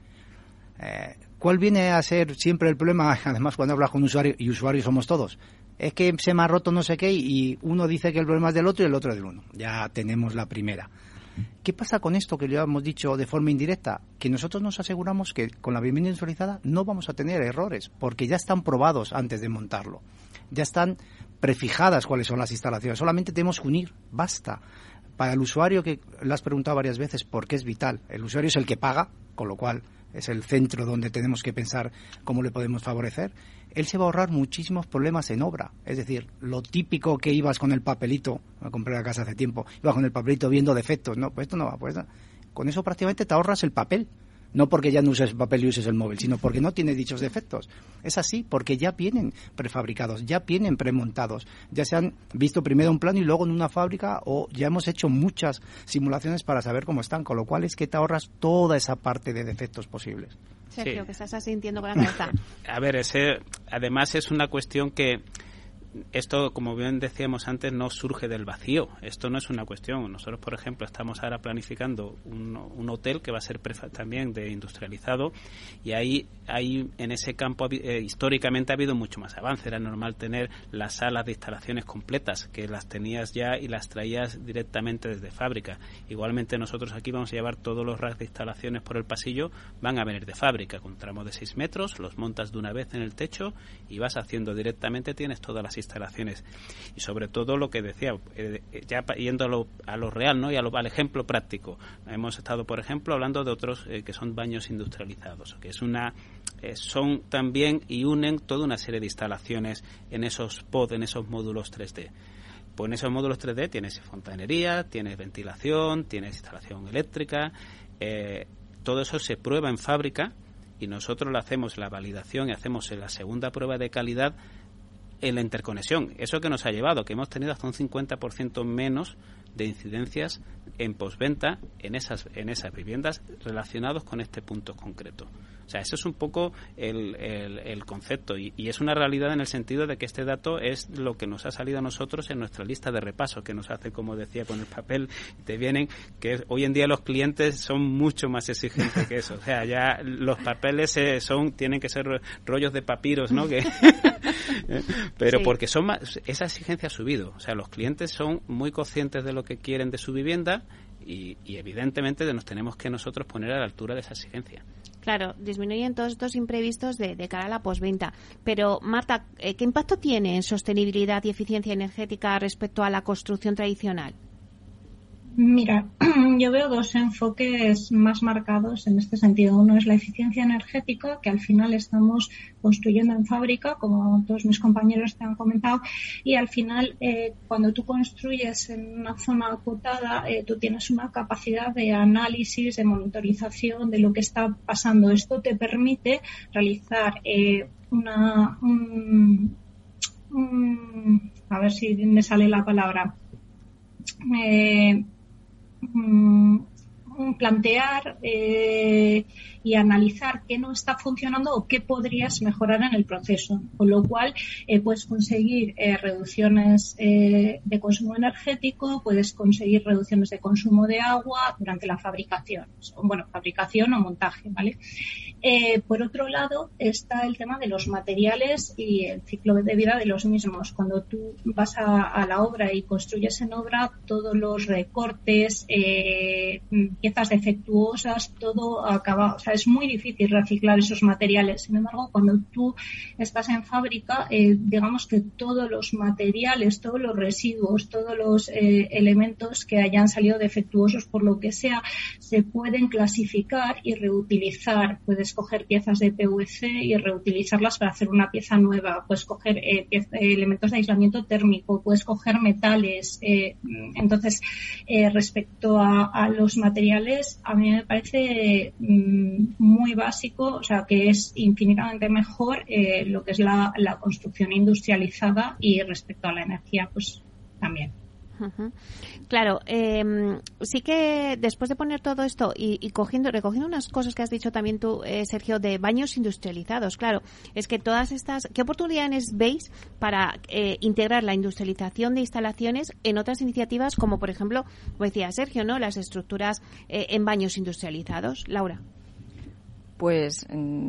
Eh, ¿Cuál viene a ser siempre el problema? Además, cuando hablas con un usuario, y usuarios somos todos, es que se me ha roto no sé qué y uno dice que el problema es del otro y el otro es del uno. Ya tenemos la primera. ¿Qué pasa con esto que le hemos dicho de forma indirecta? Que nosotros nos aseguramos que con la vivienda industrializada no vamos a tener errores, porque ya están probados antes de montarlo. Ya están prefijadas cuáles son las instalaciones. Solamente tenemos que unir, basta. Para el usuario, que le has preguntado varias veces por qué es vital, el usuario es el que paga, con lo cual es el centro donde tenemos que pensar cómo le podemos favorecer. Él se va a ahorrar muchísimos problemas en obra. Es decir, lo típico que ibas con el papelito, me compré la casa hace tiempo, ibas con el papelito viendo defectos, no, pues esto no va, pues con eso prácticamente te ahorras el papel. No porque ya no uses papel y uses el móvil, sino porque no tiene dichos defectos. Es así, porque ya vienen prefabricados, ya vienen premontados, ya se han visto primero un plano y luego en una fábrica, o ya hemos hecho muchas simulaciones para saber cómo están, con lo cual es que te ahorras toda esa parte de defectos posibles. Sergio, sí. que estás asintiendo con la cabeza. A ver, ese, además es una cuestión que esto, como bien decíamos antes, no surge del vacío. Esto no es una cuestión. Nosotros, por ejemplo, estamos ahora planificando un, un hotel que va a ser prefa- también de industrializado, y ahí, ahí en ese campo eh, históricamente ha habido mucho más avance. Era normal tener las salas de instalaciones completas, que las tenías ya y las traías directamente desde fábrica. Igualmente nosotros aquí vamos a llevar todos los racks de instalaciones por el pasillo, van a venir de fábrica, con tramos de seis metros, los montas de una vez en el techo y vas haciendo directamente, tienes todas las instalaciones. Y sobre todo lo que decía, eh, ya yendo a lo, a lo real, ¿no? Y a lo, al ejemplo práctico. Hemos estado, por ejemplo, hablando de otros eh, que son baños industrializados, que es una eh, son también y unen toda una serie de instalaciones en esos pod, en esos módulos tres D. Pues en esos módulos tres D tienes fontanería, tienes ventilación, tienes instalación eléctrica, eh, todo eso se prueba en fábrica y nosotros le hacemos la validación y hacemos la segunda prueba de calidad en la interconexión. Eso que nos ha llevado, que hemos tenido hasta un cincuenta por ciento menos de incidencias en postventa en esas en esas viviendas relacionados con este punto concreto. O sea, eso es un poco el, el, el concepto y, y es una realidad en el sentido de que este dato es lo que nos ha salido a nosotros en nuestra lista de repaso, que nos hace, como decía, con el papel, te vienen, que hoy en día los clientes son mucho más exigentes que eso. O sea, ya los papeles eh, son tienen que ser rollos de papiros, ¿no? Que pero sí. Porque son más, esa exigencia ha subido. O sea, los clientes son muy conscientes de lo que quieren de su vivienda y, y evidentemente nos tenemos que nosotros poner a la altura de esa exigencia. Claro, disminuyen todos estos imprevistos de, de cara a la postventa. Pero, Marta, ¿qué impacto tiene en sostenibilidad y eficiencia energética respecto a la construcción tradicional? Mira, yo veo dos enfoques más marcados en este sentido. Uno es la eficiencia energética, que al final estamos construyendo en fábrica, como todos mis compañeros te han comentado, y al final eh, cuando tú construyes en una zona acotada, eh, tú tienes una capacidad de análisis, de monitorización de lo que está pasando. Esto te permite realizar eh, una... Un, mm, a ver si me sale la palabra, eh, mm, plantear eh, y analizar qué no está funcionando o qué podrías mejorar en el proceso, con lo cual eh, puedes conseguir eh, reducciones eh, de consumo energético, puedes conseguir reducciones de consumo de agua durante la fabricación, bueno, fabricación o montaje, ¿vale? Eh, por otro lado está el tema de los materiales y el ciclo de vida de los mismos. Cuando tú vas a, a la obra y construyes en obra, todos los recortes, eh, piezas defectuosas, todo acaba, o sea, es muy difícil reciclar esos materiales. Sin embargo, cuando tú estás en fábrica, eh, digamos que todos los materiales, todos los residuos, todos los eh, elementos que hayan salido defectuosos por lo que sea, se pueden clasificar y reutilizar. Puedes coger piezas de P V C y reutilizarlas para hacer una pieza nueva. Puedes coger eh, pieza, elementos de aislamiento térmico, puedes coger metales. Eh, entonces, eh, respecto a, a los materiales, a mí me parece mm, muy básico, o sea, que es infinitamente mejor eh, lo que es la, la construcción industrializada, y respecto a la energía, pues también. Uh-huh. Claro, eh, sí que después de poner todo esto y, y cogiendo, recogiendo unas cosas que has dicho también tú, eh, Sergio, de baños industrializados, claro, es que todas estas, ¿qué oportunidades veis para eh, integrar la industrialización de instalaciones en otras iniciativas, como por ejemplo, como decía Sergio, ¿no?, las estructuras eh, en baños industrializados? Laura. Pues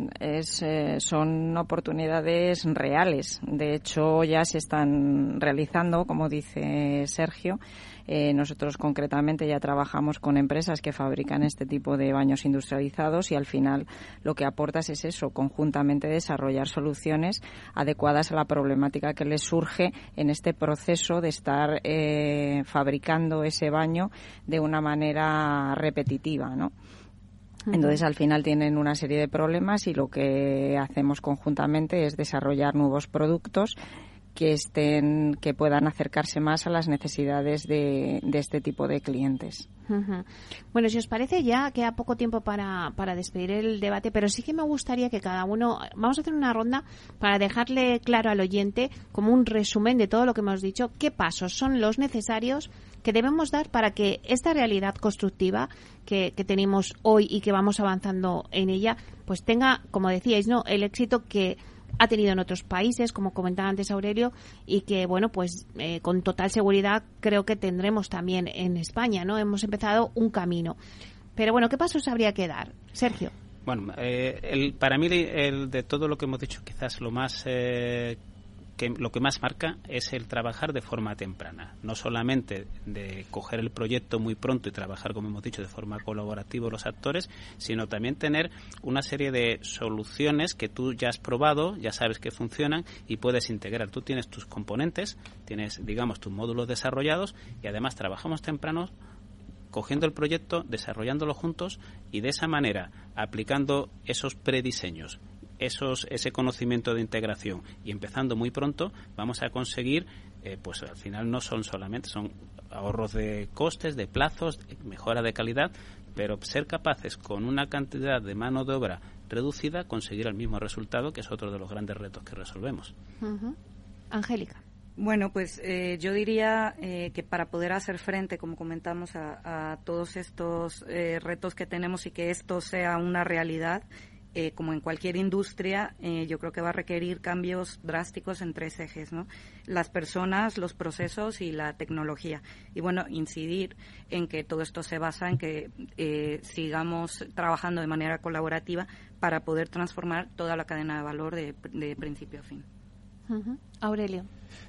es, eh, son oportunidades reales. De hecho, ya se están realizando, como dice Sergio. Eh, nosotros concretamente ya trabajamos con empresas que fabrican este tipo de baños industrializados, y al final lo que aportas es eso, conjuntamente desarrollar soluciones adecuadas a la problemática que les surge en este proceso de estar eh, fabricando ese baño de una manera repetitiva, ¿no? Entonces, al final tienen una serie de problemas, y lo que hacemos conjuntamente es desarrollar nuevos productos que estén, que puedan acercarse más a las necesidades de, de este tipo de clientes. Uh-huh. Bueno, si os parece, ya queda poco tiempo para, para despedir el debate, pero sí que me gustaría que cada uno, vamos a hacer una ronda para dejarle claro al oyente, como un resumen de todo lo que hemos dicho, qué pasos son los necesarios que debemos dar para que esta realidad constructiva que, que tenemos hoy y que vamos avanzando en ella, pues tenga, como decíais, ¿no?, el éxito que ha tenido en otros países, como comentaba antes Aurelio, y que, bueno, pues eh, con total seguridad creo que tendremos también en España, ¿no? Hemos empezado un camino. Pero bueno, ¿qué pasos habría que dar? Sergio. Bueno, eh, el, para mí el, de todo lo que hemos dicho, quizás lo más eh, que lo que más marca es el trabajar de forma temprana, no solamente de coger el proyecto muy pronto y trabajar, como hemos dicho, de forma colaborativa los actores, sino también tener una serie de soluciones que tú ya has probado, ya sabes que funcionan y puedes integrar. Tú tienes tus componentes, tienes, digamos, tus módulos desarrollados, y además trabajamos temprano cogiendo el proyecto, desarrollándolo juntos, y de esa manera, aplicando esos prediseños, esos ese conocimiento de integración, y empezando muy pronto, vamos a conseguir, eh, pues al final no son solamente, son ahorros de costes, de plazos, mejora de calidad, pero ser capaces con una cantidad de mano de obra reducida conseguir el mismo resultado, que es otro de los grandes retos que resolvemos. Uh-huh. Angélica. Bueno, pues eh, yo diría eh, que para poder hacer frente, como comentamos, a, a todos estos eh, retos que tenemos, y que esto sea una realidad, Eh, como en cualquier industria, eh, yo creo que va a requerir cambios drásticos en tres ejes, ¿no? Las personas, los procesos y la tecnología. Y bueno, incidir en que todo esto se basa en que eh, sigamos trabajando de manera colaborativa para poder transformar toda la cadena de valor de, de principio a fin. Uh-huh. Aurelio.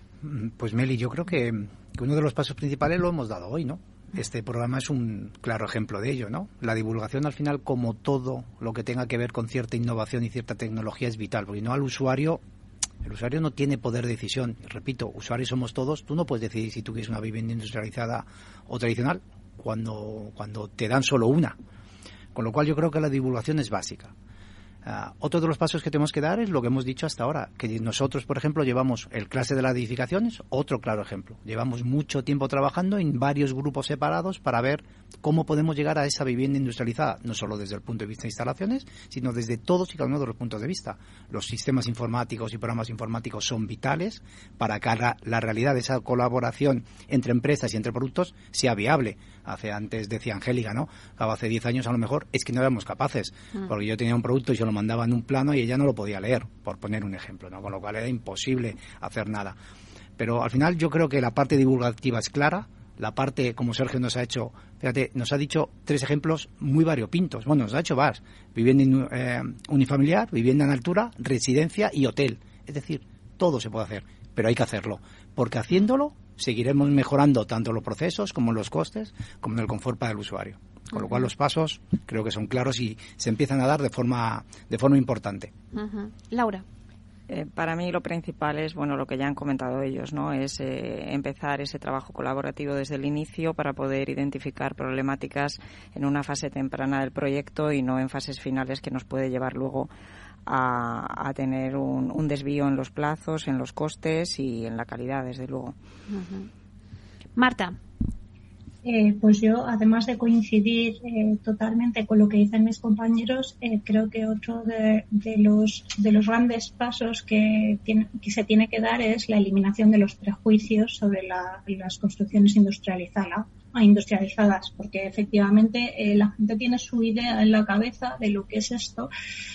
Pues Meli, yo creo que, que uno de los pasos principales lo hemos dado hoy, ¿no? Este programa es un claro ejemplo de ello, ¿no? La divulgación, al final, como todo lo que tenga que ver con cierta innovación y cierta tecnología, es vital, porque no al usuario, el usuario no tiene poder de decisión. Repito, usuarios somos todos. Tú no puedes decidir si tú quieres una vivienda industrializada o tradicional cuando, cuando te dan solo una. Con lo cual yo creo que la divulgación es básica. Uh, otro de los pasos que tenemos que dar es lo que hemos dicho hasta ahora, que nosotros, por ejemplo, llevamos el clase de las edificaciones, otro claro ejemplo. Llevamos mucho tiempo trabajando en varios grupos separados para ver cómo podemos llegar a esa vivienda industrializada, no solo desde el punto de vista de instalaciones, sino desde todos y cada uno de los puntos de vista. Los sistemas informáticos y programas informáticos son vitales para que la, la realidad de esa colaboración entre empresas y entre productos sea viable. Hace antes decía Angélica, ¿no? Hace diez años a lo mejor es que no éramos capaces, mm. porque yo tenía un producto y yo lo mandaba en un plano y ella no lo podía leer, por poner un ejemplo, ¿no? Con lo cual era imposible hacer nada. Pero al final yo creo que la parte divulgativa es clara, la parte, como Sergio nos ha hecho, fíjate, nos ha dicho tres ejemplos muy variopintos. Bueno, nos ha hecho más. Vivienda eh, unifamiliar, vivienda en altura, residencia y hotel. Es decir, todo se puede hacer, pero hay que hacerlo, porque haciéndolo seguiremos mejorando tanto los procesos como los costes, como el confort para el usuario. Con lo cual los pasos creo que son claros y se empiezan a dar de forma de forma importante. Uh-huh. Laura. Eh, para mí lo principal es, bueno, lo que ya han comentado ellos, ¿no? Es eh, empezar ese trabajo colaborativo desde el inicio para poder identificar problemáticas en una fase temprana del proyecto y no en fases finales que nos puede llevar luego a, a tener un, un desvío en los plazos, en los costes y en la calidad, desde luego. Uh-huh. Marta. Eh, pues yo, además de coincidir eh, totalmente con lo que dicen mis compañeros, eh, creo que otro de, de los de los grandes pasos que, tiene, que se tiene que dar es la eliminación de los prejuicios sobre la, las construcciones industrializadas, industrializadas, porque efectivamente eh, la gente tiene su idea en la cabeza de lo que es esto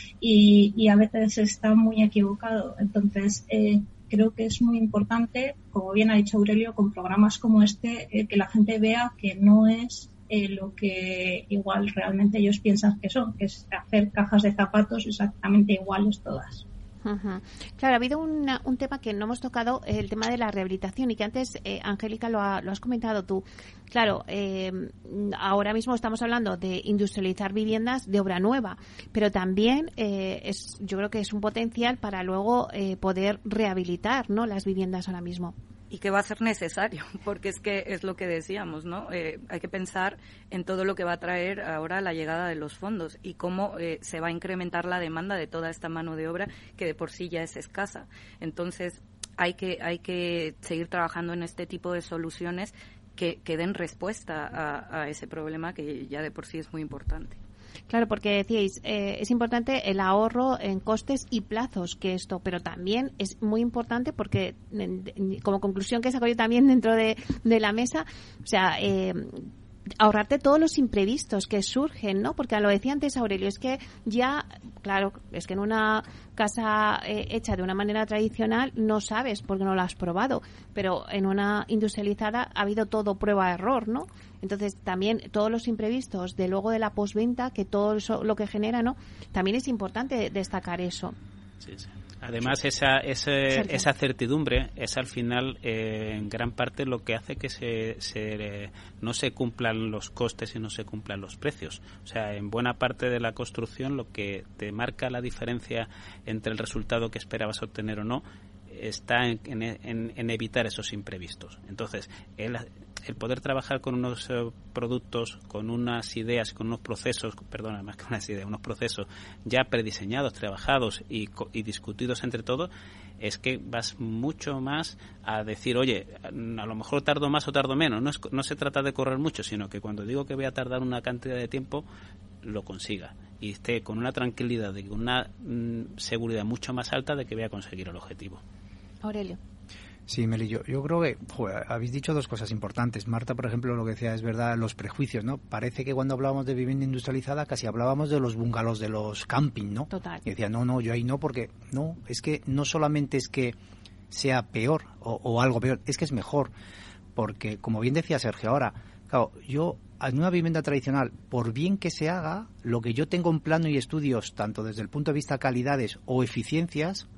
y, y a veces está muy equivocado. Entonces, eh, creo que es muy importante, como bien ha dicho Aurelio, con programas como este, eh, que la gente vea que no es eh, lo que igual realmente ellos piensan que son, que es hacer cajas de zapatos exactamente iguales todas. Uh-huh. Claro, ha habido una, un tema que no hemos tocado, el tema de la rehabilitación, y que antes, eh, Angélica, lo, ha, lo has comentado tú. Claro, eh, ahora mismo estamos hablando de industrializar viviendas de obra nueva, pero también eh, es, yo creo que es un potencial para luego eh, poder rehabilitar, ¿no?, las viviendas ahora mismo. Y que va a ser necesario, porque es que es lo que decíamos, ¿no? Eh, hay que pensar en todo lo que va a traer ahora la llegada de los fondos y cómo eh, se va a incrementar la demanda de toda esta mano de obra que de por sí ya es escasa. Entonces, hay que hay que seguir trabajando en este tipo de soluciones que, que den respuesta a, a ese problema que ya de por sí es muy importante. Claro, porque decíais, eh, es importante el ahorro en costes y plazos que esto, pero también es muy importante porque, como conclusión que saco yo también dentro de, de la mesa, o sea, eh, ahorrarte todos los imprevistos que surgen, ¿no? Porque lo decía antes Aurelio, es que ya, claro, es que en una casa eh, hecha de una manera tradicional no sabes porque no la has probado, pero en una industrializada ha habido todo prueba-error, ¿no? Entonces también todos los imprevistos de luego de la postventa, que todo eso lo que genera, ¿no? También es importante destacar eso. Sí, sí. Además, esa, ese, esa certidumbre es al final eh, en gran parte lo que hace que se, se eh, no se cumplan los costes y no se cumplan los precios. O sea, en buena parte de la construcción lo que te marca la diferencia entre el resultado que esperabas obtener o no está en, en, en evitar esos imprevistos. Entonces, el, el poder trabajar con unos eh, productos, con unas ideas, con unos procesos, perdona, más que unas ideas, unos procesos ya prediseñados, trabajados y, y discutidos entre todos, es que vas mucho más a decir, oye, a lo mejor tardo más o tardo menos. No, es, no se trata de correr mucho, sino que cuando digo que voy a tardar una cantidad de tiempo, lo consiga y esté con una tranquilidad, de una mm, seguridad mucho más alta de que voy a conseguir el objetivo. Aurelio. Sí, Meli, yo, yo creo que joder, habéis dicho dos cosas importantes. Marta, por ejemplo, lo que decía es verdad, los prejuicios, ¿no? Parece que cuando hablábamos de vivienda industrializada casi hablábamos de los bungalows, de los camping, ¿no? Total. Y decía, no, no, yo ahí no, porque no, es que no solamente es que sea peor o, o algo peor, es que es mejor. Porque, como bien decía Sergio ahora, claro, yo en una vivienda tradicional, por bien que se haga, lo que yo tengo en plano y estudios, tanto desde el punto de vista calidades o eficiencias,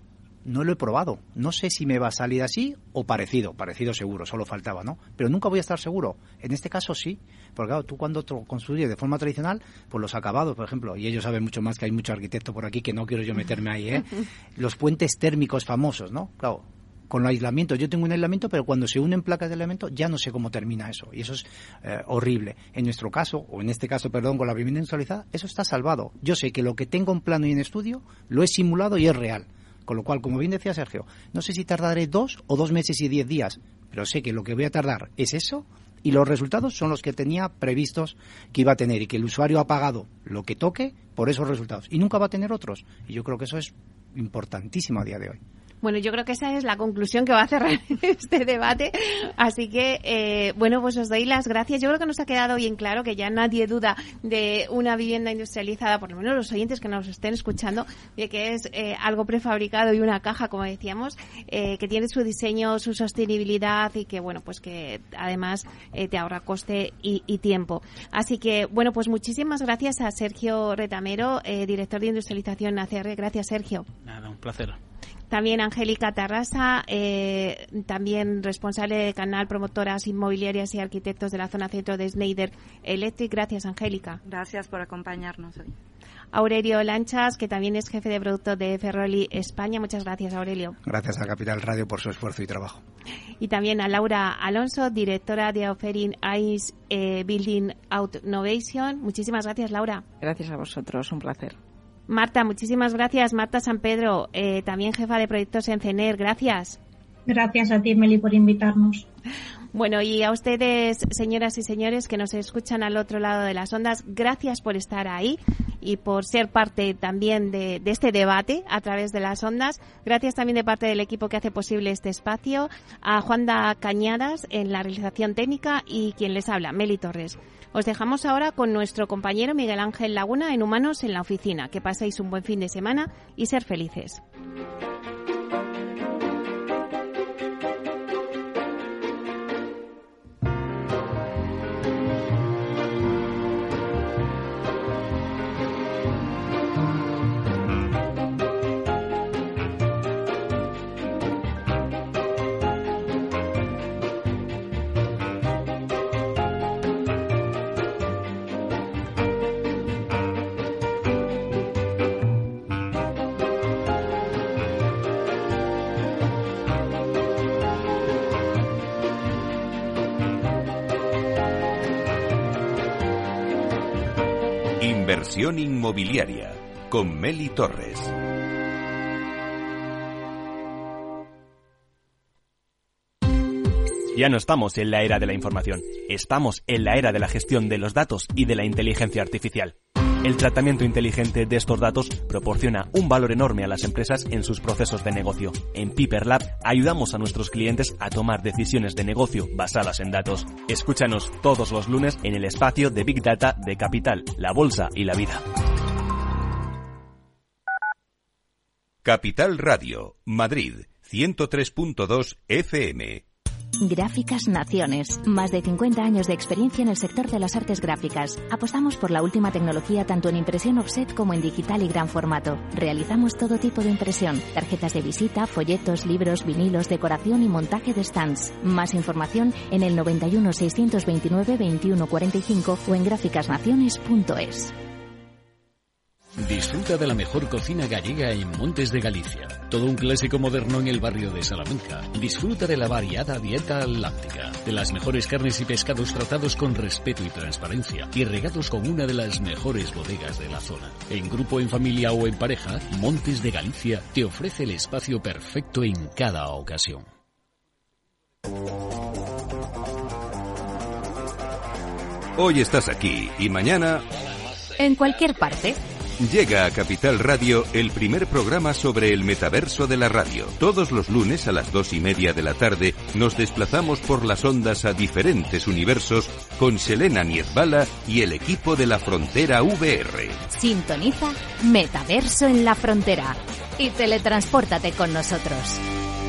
no lo he probado. No sé si me va a salir así o parecido. Parecido seguro, solo faltaba, ¿no? Pero nunca voy a estar seguro. En este caso sí. Porque claro, tú cuando construyes de forma tradicional, pues los acabados, por ejemplo, y ellos saben mucho más, que hay mucho arquitecto por aquí, que no quiero yo meterme ahí, ¿eh? Los puentes térmicos famosos, ¿no? Claro, con el aislamiento. Yo tengo un aislamiento, pero cuando se unen placas de aislamiento ya no sé cómo termina eso. Y eso es eh, horrible. En nuestro caso, o en este caso, perdón, con la vivienda industrializada, eso está salvado. Yo sé que lo que tengo en plano y en estudio lo he simulado y es real. Con lo cual, como bien decía Sergio, no sé si tardaré dos o dos meses y diez días, pero sé que lo que voy a tardar es eso y los resultados son los que tenía previstos que iba a tener y que el usuario ha pagado lo que toque por esos resultados y nunca va a tener otros. Y yo creo que eso es importantísimo a día de hoy. Bueno, yo creo que esa es la conclusión que va a cerrar este debate. Así que, eh, bueno, pues os doy las gracias. Yo creo que nos ha quedado bien claro que ya nadie duda de una vivienda industrializada, por lo menos los oyentes que nos estén escuchando, de que es eh, algo prefabricado y una caja, como decíamos, eh, que tiene su diseño, su sostenibilidad y que, bueno, pues que además eh, te ahorra coste y, y tiempo. Así que, bueno, pues muchísimas gracias a Sergio Retamero, eh, director de industrialización A C R. Gracias, Sergio. Nada, un placer. También Angélica Tarrasa, eh, también responsable de canal Promotoras Inmobiliarias y Arquitectos de la zona centro de Schneider Electric. Gracias, Angélica. Gracias por acompañarnos hoy. Aurelio Lanchas, que también es jefe de producto de Ferroli España. Muchas gracias, Aurelio. Gracias a Capital Radio por su esfuerzo y trabajo. Y también a Laura Alonso, directora de Offering Ice eh, Building Outnovation. Muchísimas gracias, Laura. Gracias a vosotros, un placer. Marta, muchísimas gracias. Marta San Pedro, eh, también jefa de proyectos en CENER. Gracias. Gracias a ti, Meli, por invitarnos. Bueno, y a ustedes, señoras y señores, que nos escuchan al otro lado de las ondas, gracias por estar ahí y por ser parte también de, de este debate a través de las ondas. Gracias también de parte del equipo que hace posible este espacio, a Juanda Cañadas en la realización técnica y quien les habla, Meli Torres. Os dejamos ahora con nuestro compañero Miguel Ángel Laguna en Humanos en la Oficina. Que paséis un buen fin de semana y ser felices. Inversión inmobiliaria con Meli Torres. Ya no estamos en la era de la información, estamos en la era de la gestión de los datos y de la inteligencia artificial. El tratamiento inteligente de estos datos proporciona un valor enorme a las empresas en sus procesos de negocio. En Piper Lab ayudamos a nuestros clientes a tomar decisiones de negocio basadas en datos. Escúchanos todos los lunes en el espacio de Big Data de Capital, la Bolsa y la Vida. Capital Radio, Madrid, ciento tres punto dos F M. Gráficas Naciones. Más de cincuenta años de experiencia en el sector de las artes gráficas. Apostamos por la última tecnología tanto en impresión offset como en digital y gran formato. Realizamos todo tipo de impresión. Tarjetas de visita, folletos, libros, vinilos, decoración y montaje de stands. Más información en el noventa y uno, seiscientos veintinueve, veintiuno cuarenta y cinco o en gráficas naciones punto es. Disfruta de la mejor cocina gallega en Montes de Galicia. Todo un clásico moderno en el barrio de Salamanca. Disfruta de la variada dieta láctica, de las mejores carnes y pescados tratados con respeto y transparencia y regados con una de las mejores bodegas de la zona. En grupo, en familia o en pareja, Montes de Galicia te ofrece el espacio perfecto en cada ocasión. Hoy estás aquí y mañana... en cualquier parte. Llega a Capital Radio el primer programa sobre el metaverso de la radio. Todos los lunes a las dos y media de la tarde nos desplazamos por las ondas a diferentes universos con Selena Niezbala y el equipo de La Frontera V R. Sintoniza Metaverso en la Frontera y teletranspórtate con nosotros.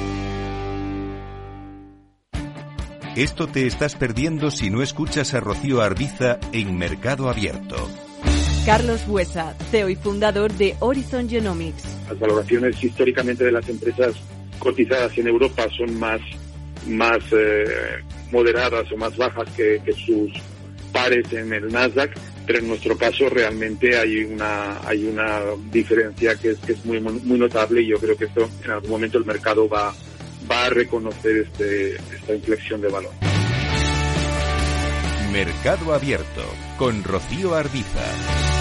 Esto te estás perdiendo si no escuchas a Rocío Arbiza en Mercado Abierto. Carlos Buesa, C E O y fundador de Horizon Genomics. Las valoraciones históricamente de las empresas cotizadas en Europa son más, más eh, moderadas o más bajas que, que sus pares en el Nasdaq, pero en nuestro caso realmente hay una hay una diferencia que es, que es muy muy notable y yo creo que esto en algún momento el mercado va va a reconocer este, esta inflexión de valor. Mercado Abierto con Rocío Arbiza.